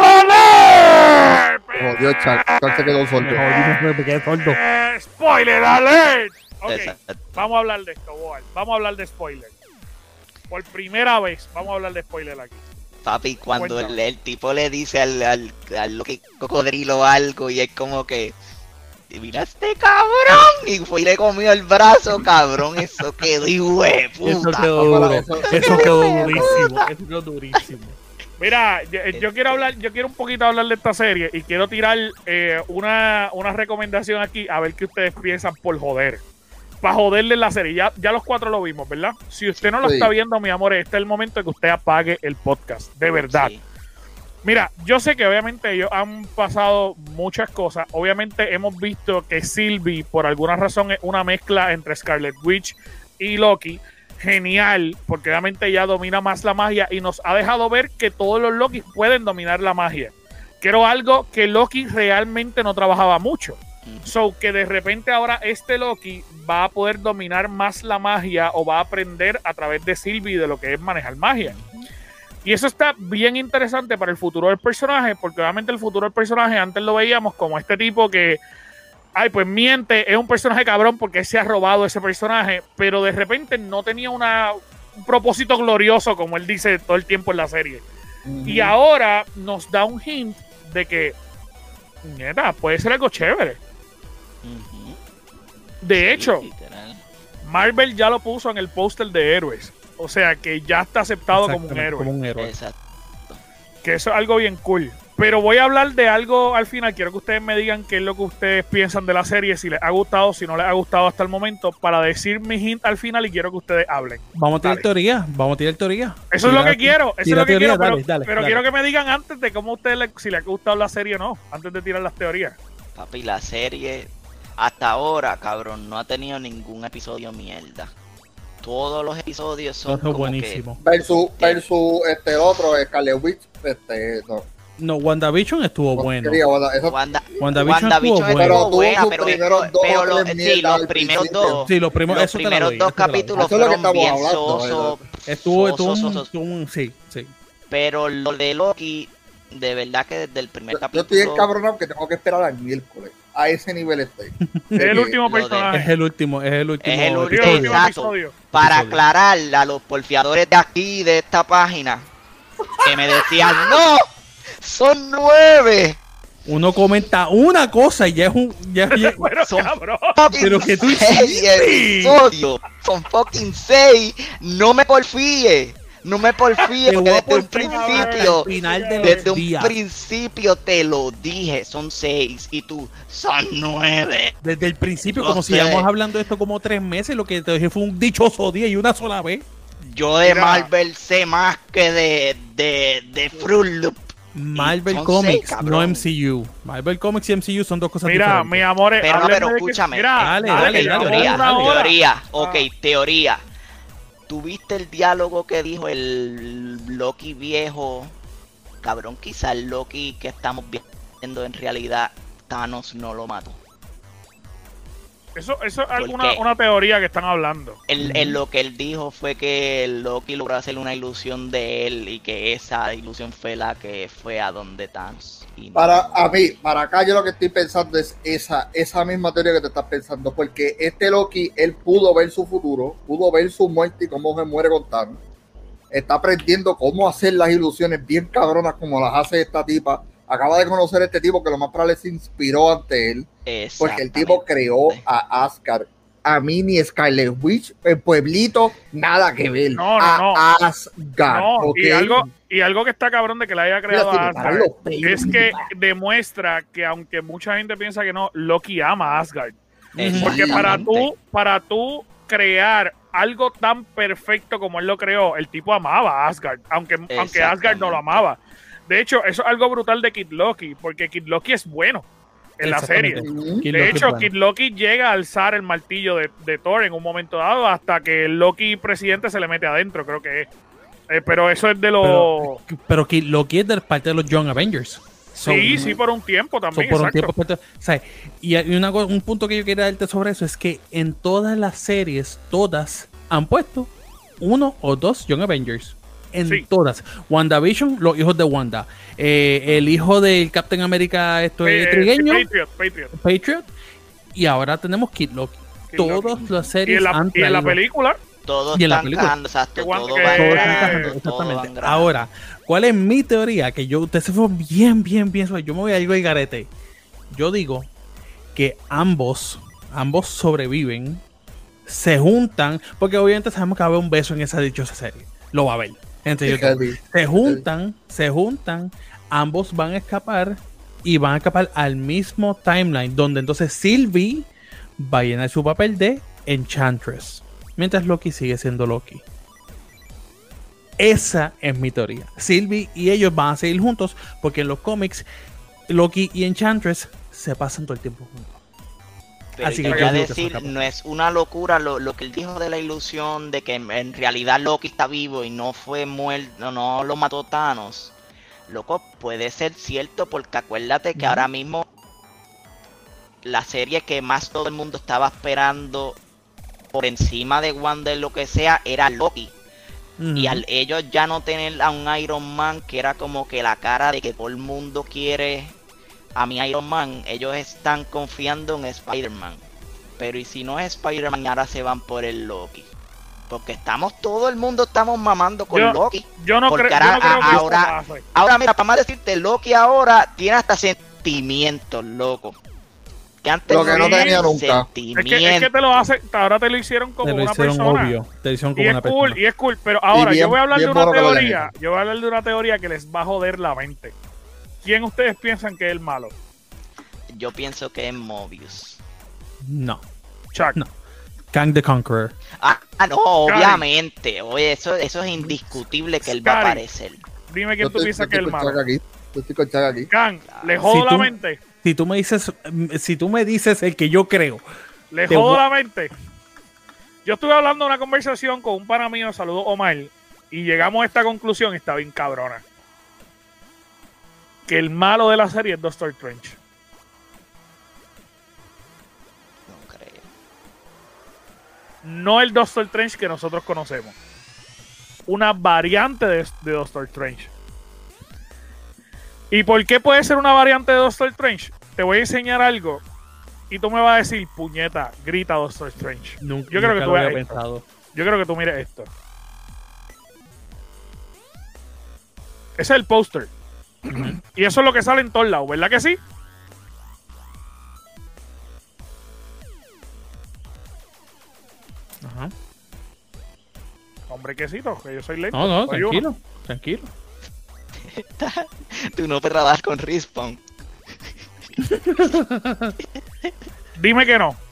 A: alert!
D: Jodió, Chuck se quedó sordo.
B: Me quedé sordo.
A: ¡Spoiler alert! Ok,
C: Exacto.
A: vamos a hablar de esto, Boal. Vamos a hablar de spoiler. Por primera vez, vamos a hablar de spoiler aquí.
C: Papi, cuando
A: Cuéntame.
C: el tipo le dice al Loki cocodrilo algo y es como que mira este cabrón y fue y le comió el brazo, cabrón, eso quedó hijo de
B: Eso
C: puta.
B: quedó duro. Eso quedó durísimo. Eso quedó durísimo.
A: Mira, yo quiero un poquito hablar de esta serie y quiero tirar una recomendación aquí a ver qué ustedes piensan por joder. Para joderle la serie. Ya los 4 lo vimos, ¿verdad? Si usted no lo
D: Sí.
A: está viendo, mi amor, este es el momento de que usted apague el podcast. De verdad.
C: Sí.
A: Mira, yo sé que obviamente ellos han pasado muchas cosas. Obviamente hemos visto que Sylvie, por alguna razón, es una mezcla entre Scarlet Witch y Loki. Genial, porque obviamente ella domina más la magia y nos ha dejado ver que todos los Loki pueden dominar la magia. Quiero algo que Loki realmente no trabajaba mucho. So que de repente ahora este Loki va a poder dominar más la magia o va a aprender a través de Sylvie de lo que es manejar magia. Y eso está bien interesante para el futuro del personaje, porque obviamente el futuro del personaje antes lo veíamos como este tipo que, ay, pues miente, es un personaje cabrón porque se ha robado ese personaje, pero de repente no tenía un propósito glorioso, como él dice todo el tiempo en la serie. Y ahora nos da un hint de que, neta, puede ser algo chévere.
C: Ujú.
A: De hecho,
C: Literal.
A: Marvel ya lo puso en el póster de héroes. O sea que ya está aceptado como un
B: Exactamente,
A: héroe.
B: como un héroe.
C: Exacto.
A: Que eso es algo bien cool. Pero voy a hablar de algo al final. Quiero que ustedes me digan qué es lo que ustedes piensan de la serie, si les ha gustado, si no les ha gustado hasta el momento, para decir mi hint al final y quiero que ustedes hablen.
B: Vamos a tirar
A: Dale.
B: teoría. Vamos a tirar teoría.
A: Eso es lo que quiero. Eso es
B: tira
A: lo que
B: teoría,
A: quiero. Pero,
B: dale, dale,
A: pero
B: dale.
A: quiero que me digan antes de cómo a ustedes, si les ha gustado la serie o no, antes de tirar las teorías.
C: Papi, la serie hasta ahora, cabrón, no ha tenido ningún episodio mierda. Todos los episodios son
B: Eso es
C: como
B: buenísimo.
D: Versus el otro, Scarlet Witch, no.
B: No, WandaVision estuvo bueno.
D: Quería, bueno,
C: que
D: eso-
B: WandaVision estuvo bueno.
D: Pero tuvo
C: buena,
D: sus
C: pero,
D: primeros dos
C: pero
D: o
C: los,
D: tres
C: sí,
D: mierdas
C: los
D: al
C: primeros
D: principio.
C: dos.
B: Sí, los primeros
C: Los
B: eso te la
C: primeros
B: doy,
C: dos
B: eso te la doy.
C: capítulos
D: Eso es lo que
C: fueron
D: estamos
C: bien
D: hablando,
C: sosos.
B: Estuvo
C: sosos.
B: sí.
C: Pero lo de Loki, de verdad que desde el primer
D: Yo
C: capítulo.
D: estoy encabronado que tengo que esperar al miércoles. A ese nivel estoy.
A: Es el último
C: lo de-
A: personaje.
B: Es el último
C: Es el último,
A: Sí, el
B: episodio.
A: último
C: exacto.
A: episodio.
C: Para
B: Episodio.
C: aclarar a los porfiadores de aquí, de esta página, que me decían, no, son 9.
B: Uno comenta una cosa y ya es un.
A: Pero
C: Son
A: cabrón.
B: Pero que tú
C: 6
B: hiciste.
C: episodios. Son fucking 6. No me porfíes. No me porfíes,
B: Te
C: porque
B: voy a
C: desde un
B: porfiar
C: principio,
B: al final de los
C: desde un
B: días.
C: principio te lo dije, son 6 y tú, son 9.
B: Desde el principio,
C: Lo
B: como si
C: sé.
B: llevamos hablando de esto como 3 meses, lo que te dije fue un dichoso día y una sola vez.
C: Yo de
A: Mira.
C: Marvel sé más que de Fruit Loop.
B: Marvel
C: son
B: Comics,
C: 6,
B: no
C: cabrón.
B: MCU. Marvel Comics y MCU son dos cosas
A: Mira,
B: diferentes.
A: mi amor,
C: Pero no, pero escúchame.
B: Dale,
C: Ok,
B: dale,
C: teoría.
A: Ah.
C: Ok, teoría. ¿Tuviste el diálogo que dijo el Loki viejo? Cabrón, quizá el Loki que estamos viendo en realidad Thanos no lo mató.
A: Eso es
C: qué?
A: una teoría que están hablando.
C: Lo que él dijo fue que el Loki logró hacer una ilusión de él y que esa ilusión fue la que fue a donde Thanos. Y no-
D: Para acá yo lo que estoy pensando es esa misma teoría que te estás pensando, porque este Loki, él pudo ver su futuro, pudo ver su muerte y cómo se muere con Thanos. Está aprendiendo cómo hacer las ilusiones bien cabronas como las hace esta tipa. Acaba de conocer a este tipo que lo más probable se inspiró ante él, porque el tipo creó a Asgard. A mí ni Scarlet Witch, el pueblito, nada que ver.
A: No.
D: Asgard.
A: No,
D: ¿ok?
A: y algo que está cabrón de que la haya creado
D: Mira,
A: a
D: si me paran
A: Asgard
D: los pelos,
A: es que demuestra que aunque mucha gente piensa que no, Loki ama a Asgard. Porque para tú crear algo tan perfecto como él lo creó, el tipo amaba a Asgard, aunque Asgard no lo amaba. De hecho, eso es algo brutal de Kid Loki, porque Kid Loki es bueno en la serie.
D: Ujú.
B: Kid
A: De
B: Loki
A: hecho,
B: es bueno.
A: Kid Loki llega a alzar el martillo de Thor en un momento dado hasta que el Loki presidente se le mete adentro, creo que es. Pero eso es de los...
B: Pero que Loki es de parte de los Young Avengers.
A: Sí, por un tiempo también,
B: por un
A: exacto.
B: tiempo, o sea, y hay un punto que yo quería darte sobre eso es que en todas las series, todas han puesto 1 o 2 Young Avengers. En
A: Sí.
B: todas. WandaVision, los hijos de Wanda. El hijo del Captain America, trigueño,
A: Patriot.
B: Y ahora tenemos Kid Loki.
A: Kid
B: Todas
A: Loki.
B: las
A: Y
B: series
A: en la
B: han
A: película,
C: Todos
B: Y en la
C: están
B: película.
C: encajando, exacto,
A: Que
C: todo
A: que-
C: va
A: todo
C: engrajando,
B: exactamente.
C: todo va engrajando.
B: Ahora, ¿cuál es mi teoría? Que ustedes se fueron bien suave. Yo me voy a ir al garete. Yo digo que ambos sobreviven, se juntan, porque obviamente sabemos que va a haber un beso en esa dichosa serie. Lo va a haber. Entre ellos dos. Se juntan, ambos van a escapar y van a escapar al mismo timeline, donde entonces Sylvie va a llenar su papel de Enchantress, mientras Loki sigue siendo Loki. Esa es mi teoría. Sylvie y ellos van a seguir juntos porque en los cómics Loki y Enchantress se pasan todo el tiempo juntos.
C: Pero
B: Así
C: yo
B: que
C: voy a
B: yo digo que
C: decir,
B: eso acaba.
C: no es una locura lo que él dijo de la ilusión de que en realidad Loki está vivo y no fue muerto, no lo mató Thanos. Loco, puede ser cierto porque acuérdate que ahora mismo la serie que más todo el mundo estaba esperando por encima de Wanda lo que sea era Loki. Y al ellos ya no tener a un Iron Man que era como que la cara de que todo el mundo quiere a mi Iron Man, ellos están confiando en Spider-Man. Pero y si no es Spider-Man, ahora se van por el Loki. Porque todo el mundo estamos mamando con Loki.
A: Yo no
C: Porque
A: creo
C: ahora-
A: que
C: ahora-
A: eso pase.
C: Ahora mira, para más decirte, Loki ahora tiene hasta sentimientos, loco. Que antes
D: Lo que no
C: tenía
D: tenía nunca.
A: Es que te lo hace, ahora te lo hicieron como
B: Te lo
A: una
B: hicieron
A: persona.
B: obvio. Te lo hicieron como
A: Y
B: una
A: es cool,
B: persona.
A: y es cool. Pero ahora
D: bien-
A: yo voy a hablar de
D: bien
A: una
D: bueno que lo hayan
A: teoría.
D: hecho.
A: Yo voy a hablar de una teoría que les va a joder la mente. ¿Quién ustedes piensan que es el malo?
C: Yo pienso que es Mobius.
B: No.
A: Chuck.
B: No. Kang the Conqueror.
C: No, obviamente. Oye, eso es indiscutible que él va a
A: Scary.
C: aparecer.
A: Dime quién tú piensas que es el malo.
D: Yo estoy con Chaga aquí.
A: Kang, le jodo
B: Si
A: la
B: tú-
A: mente.
B: Si tú me dices el que yo creo.
A: Le
B: Te
A: jodo
B: voy-
A: la mente. Yo estuve hablando de una conversación con un pana mío, saludo Omar, y llegamos a esta conclusión, está bien cabrona. Que el malo de la serie es Doctor Strange.
C: No creo.
A: No el Doctor Strange que nosotros conocemos. Una variante de Doctor Strange. ¿Y por qué puede ser una variante de Doctor Strange? Te voy a enseñar algo y tú me vas a decir, puñeta, grita Doctor Strange.
B: Nunca,
A: Yo creo que
B: nunca
A: tú
B: lo
A: veas
B: había
A: esto.
B: pensado.
A: Yo creo que tú mires esto. Ese es el póster. Y eso es lo que sale en todos lados, ¿verdad que sí?
B: Ajá.
A: Hombre, quesito, que yo soy lento.
B: No,
A: soy
B: tranquilo,
A: uno.
B: tranquilo.
C: Tú no trabajas con Respawn.
A: Dime que no.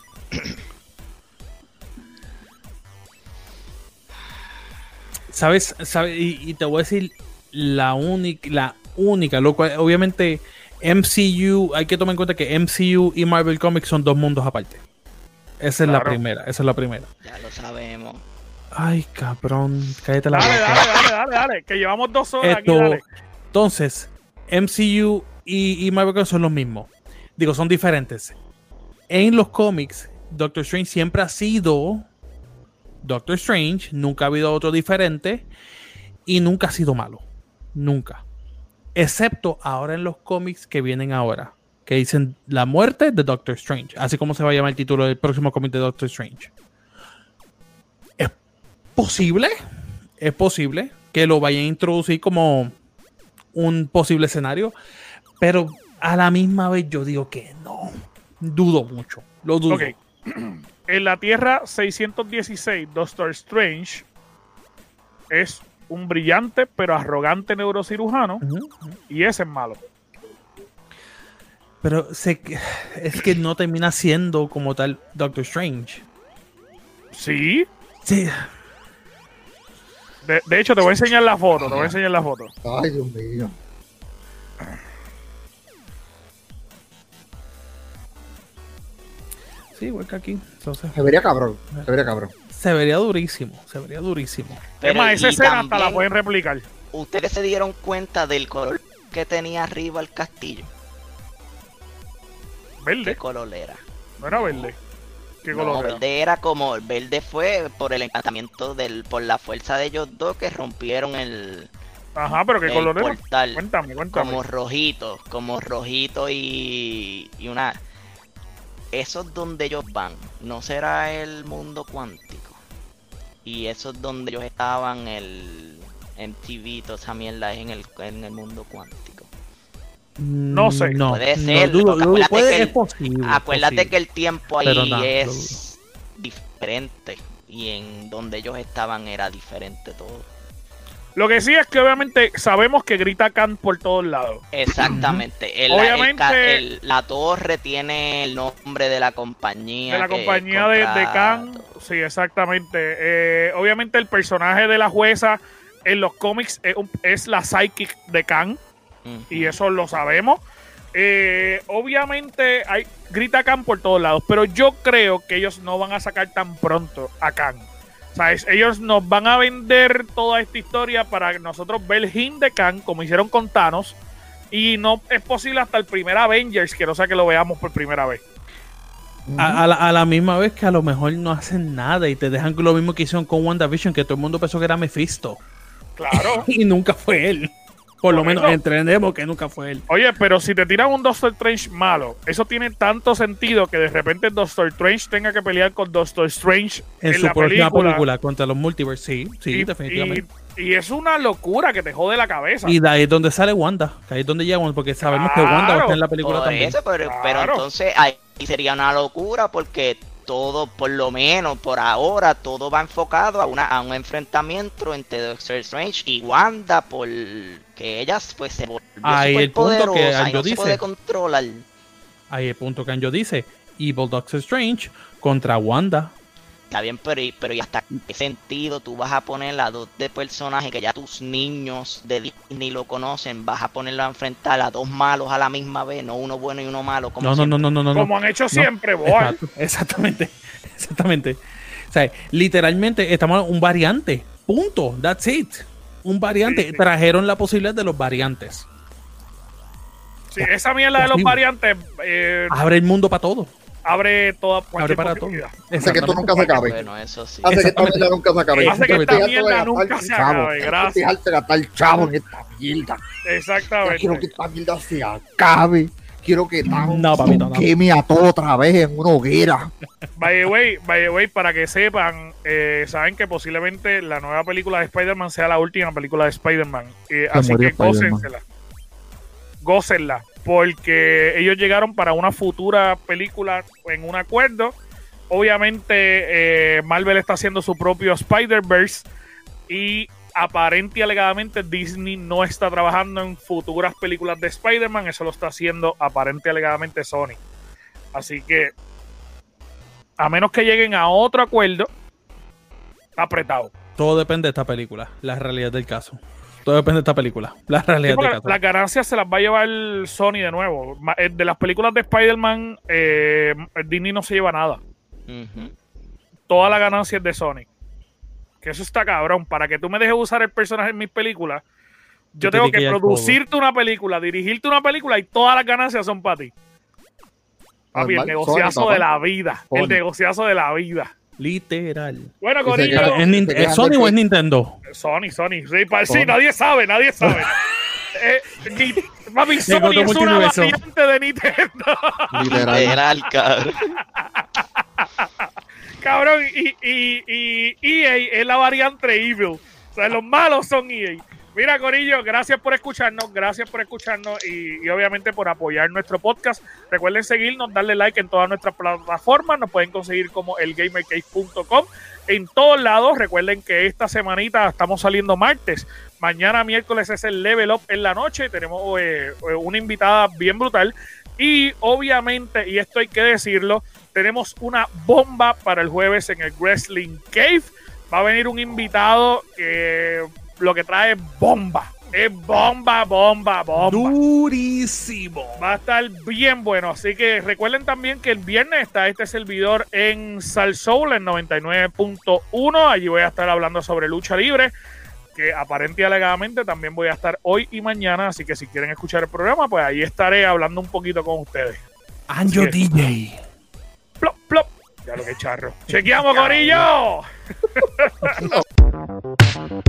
B: ¿Sabes? Y te voy a decir la única, lo cual, obviamente, MCU, hay que tomar en cuenta que MCU y Marvel Comics son dos mundos aparte. Esa es la
A: Claro.
B: primera.
C: Ya lo sabemos.
B: Ay, cabrón, cállate la
A: Dale,
B: boca.
A: dale, que llevamos 2 horas aquí, dale.
B: Entonces, MCU y Marvel Comics son los mismos. Digo, son diferentes. En los cómics, Doctor Strange siempre ha sido Doctor Strange, nunca ha habido otro diferente y nunca ha sido malo. Nunca. Excepto ahora en los cómics que vienen ahora, que dicen la muerte de Doctor Strange, así como se va a llamar el título del próximo cómic de Doctor Strange. Es posible que lo vayan a introducir como un posible escenario, pero a la misma vez yo digo que no. Dudo mucho. Lo dudo.
A: Ok. En la Tierra 616, Doctor Strange es un brillante pero arrogante neurocirujano
B: Ujú.
A: y ese es malo.
B: Pero es que no termina siendo como tal Doctor Strange.
A: Sí.
B: Sí.
A: De hecho, te voy a enseñar la foto.
D: Ay, Dios mío.
B: Sí, igual que aquí. Entonces,
D: Se vería cabrón.
B: se vería durísimo.
A: Es más, esa
C: y
A: escena hasta la
C: también,
A: pueden replicar.
C: ¿ustedes se dieron cuenta del color que tenía arriba el castillo? ¿Qué
A: Verde.
C: color era?
A: No era verde. ¿Qué
C: No,
A: color era?
C: verde era como, el verde fue por el encantamiento por la fuerza de ellos dos que rompieron el
A: Ajá, pero ¿qué color era?
C: portal.
A: Cuéntame.
C: Como rojito y una... Eso es donde ellos van, ¿no será el mundo cuántico? Y eso es donde ellos estaban, el MTV, toda esa mierda es en el mundo cuántico.
A: No sé.
B: No,
C: Puede
B: no,
C: ser,
B: dudo,
C: porque acuérdate
B: puede,
C: que
B: es posible.
C: Acuérdate
B: posible.
C: que el tiempo
B: Pero
C: ahí
B: no,
C: es diferente y en donde ellos estaban era diferente todo.
A: Lo que sí es que obviamente sabemos que grita Khan por todos lados.
C: Exactamente.
A: Obviamente-
C: La torre tiene el nombre de la compañía.
A: De la
C: que
A: compañía de
C: compra
A: Khan.
C: todo.
A: Sí, exactamente. Obviamente el personaje de la jueza en los cómics es la psychic de Khan.
C: Ujú.
A: Y eso lo sabemos. Obviamente grita Khan por todos lados, pero yo creo que ellos no van a sacar tan pronto a Khan. ¿Sabes? Ellos nos van a vender toda esta historia para nosotros ver el hint de Khan, como hicieron con Thanos, y no es posible hasta el primer Avengers, que no sea que lo veamos por primera vez.
B: A la misma vez que a lo mejor no hacen nada y te dejan lo mismo que hicieron con WandaVision, que todo el mundo pensó que era Mephisto.
A: Claro.
B: Y nunca fue él. Por lo
A: Por
B: menos
A: eso.
B: entendemos que nunca fue él.
A: Oye, pero si te tiran un Doctor Strange malo, eso tiene tanto sentido que de repente Doctor Strange tenga que pelear con Doctor Strange
B: En su
A: la
B: próxima película contra los multiverse, sí, definitivamente.
A: Y es una locura que te jode la cabeza.
B: Y de ahí es donde sale Wanda, que ahí es donde llega Wanda, porque sabemos que Wanda va a estar en la película
C: Por
B: también.
C: eso, pero
A: Claro.
C: entonces ahí sería una locura porque todo, por lo menos por ahora, todo va enfocado a un enfrentamiento entre Doctor Strange y Wanda porque ella pues se volvió
B: Ahí el punto que
C: superpoderosa y
B: Anjo
C: no se
B: dice.
C: puede controlar.
B: Ahí el punto que Anjo dice, Evil Doctor Strange contra Wanda.
C: Está bien, pero ¿y hasta qué sentido tú vas a poner a dos de personajes que ya tus niños de Disney lo conocen? Vas a ponerlo a enfrentar a dos malos a la misma vez, no uno bueno y uno malo. Como
B: No.
A: Como han hecho siempre, boy.
B: Exactamente. O sea, literalmente estamos en un variante. Punto. That's it. Un variante.
A: Sí.
B: Trajeron la posibilidad de los variantes.
A: Sí, esa mierda de los
B: Posible.
A: variantes
B: Abre el mundo para todo.
A: abre toda
B: Abre
A: cualquier
B: para todo.
A: posibilidad.
D: Hace que esto nunca se acabe.
C: Bueno, eso sí.
D: Hace que esta
B: Exactamente.
D: mierda nunca se acabe.
A: Hace que esta
D: Deja
A: mierda
D: de
A: nunca
D: gastar
A: se
D: chavo.
A: acabe, gracias.
D: Dejarte gastar chavo en esta mierda. Ya
A: Exactamente.
D: quiero que esta mierda se acabe. quiero que Thanos
B: No, papito, no.
D: queme a todo otra vez en una hoguera.
A: By the way, para que sepan, saben que posiblemente la nueva película de Spider-Man sea la última película de Spider-Man. Así
D: murió
A: que
D: Spider-Man.
A: gócenla, porque ellos llegaron para una futura película en un acuerdo. Obviamente, Marvel está haciendo su propio Spider-Verse y aparente y alegadamente Disney no está trabajando en futuras películas de Spider-Man. Eso lo está haciendo aparente y alegadamente Sony. Así que, a menos que lleguen a otro acuerdo, está apretado.
B: Todo depende de esta película, la realidad del caso. Todo depende de esta película, la realidad del caso.
A: Las ganancias se las va a llevar Sony de nuevo. De las películas de Spider-Man, Disney no se lleva nada.
C: Ujú.
A: Toda la ganancia es de Sony. Que eso está cabrón. Para que tú me dejes usar el personaje en mis películas, yo tengo que producirte una película, dirigirte una película y todas las ganancias son para ti. Papi, el negociazo
D: Sony,
A: de la vida.
D: Sony.
A: El negociazo de la vida.
B: Literal.
A: Bueno,
D: Y se
A: Corillo.
D: queda-
B: ¿Es Sony o es Nintendo?
A: Sony. Sí, sí,
D: Sony.
A: nadie sabe. Papi, Sony
B: Encontró
A: es una
B: multiverso.
A: variante de Nintendo.
D: Literal.
C: Literal, cabrón.
A: Cabrón, y EA es la variante Evil. O sea, los malos son EA. Mira, Corillo, gracias por escucharnos y obviamente por apoyar nuestro podcast. Recuerden seguirnos, darle like en todas nuestras plataformas. Nos pueden conseguir como elgamercase.com en todos lados. Recuerden que esta semanita estamos saliendo martes. Mañana miércoles es el Level Up en la noche. Tenemos una invitada bien brutal. Y obviamente, y esto hay que decirlo, tenemos una bomba para el jueves en el Wrestling Cave. Va a venir un invitado que lo que trae es bomba. Es bomba.
B: Durísimo.
A: Va a estar bien bueno. Así que recuerden también que el viernes está este servidor en Salsoul en 99.1. Allí voy a estar hablando sobre lucha libre, que aparente y alegadamente también voy a estar hoy y mañana. Así que si quieren escuchar el programa, pues ahí estaré hablando un poquito con ustedes.
B: Anjo
A: Sí.
B: DJ.
A: Plop, plop. Ya lo que charro. ¡Chequeamos, Corillo!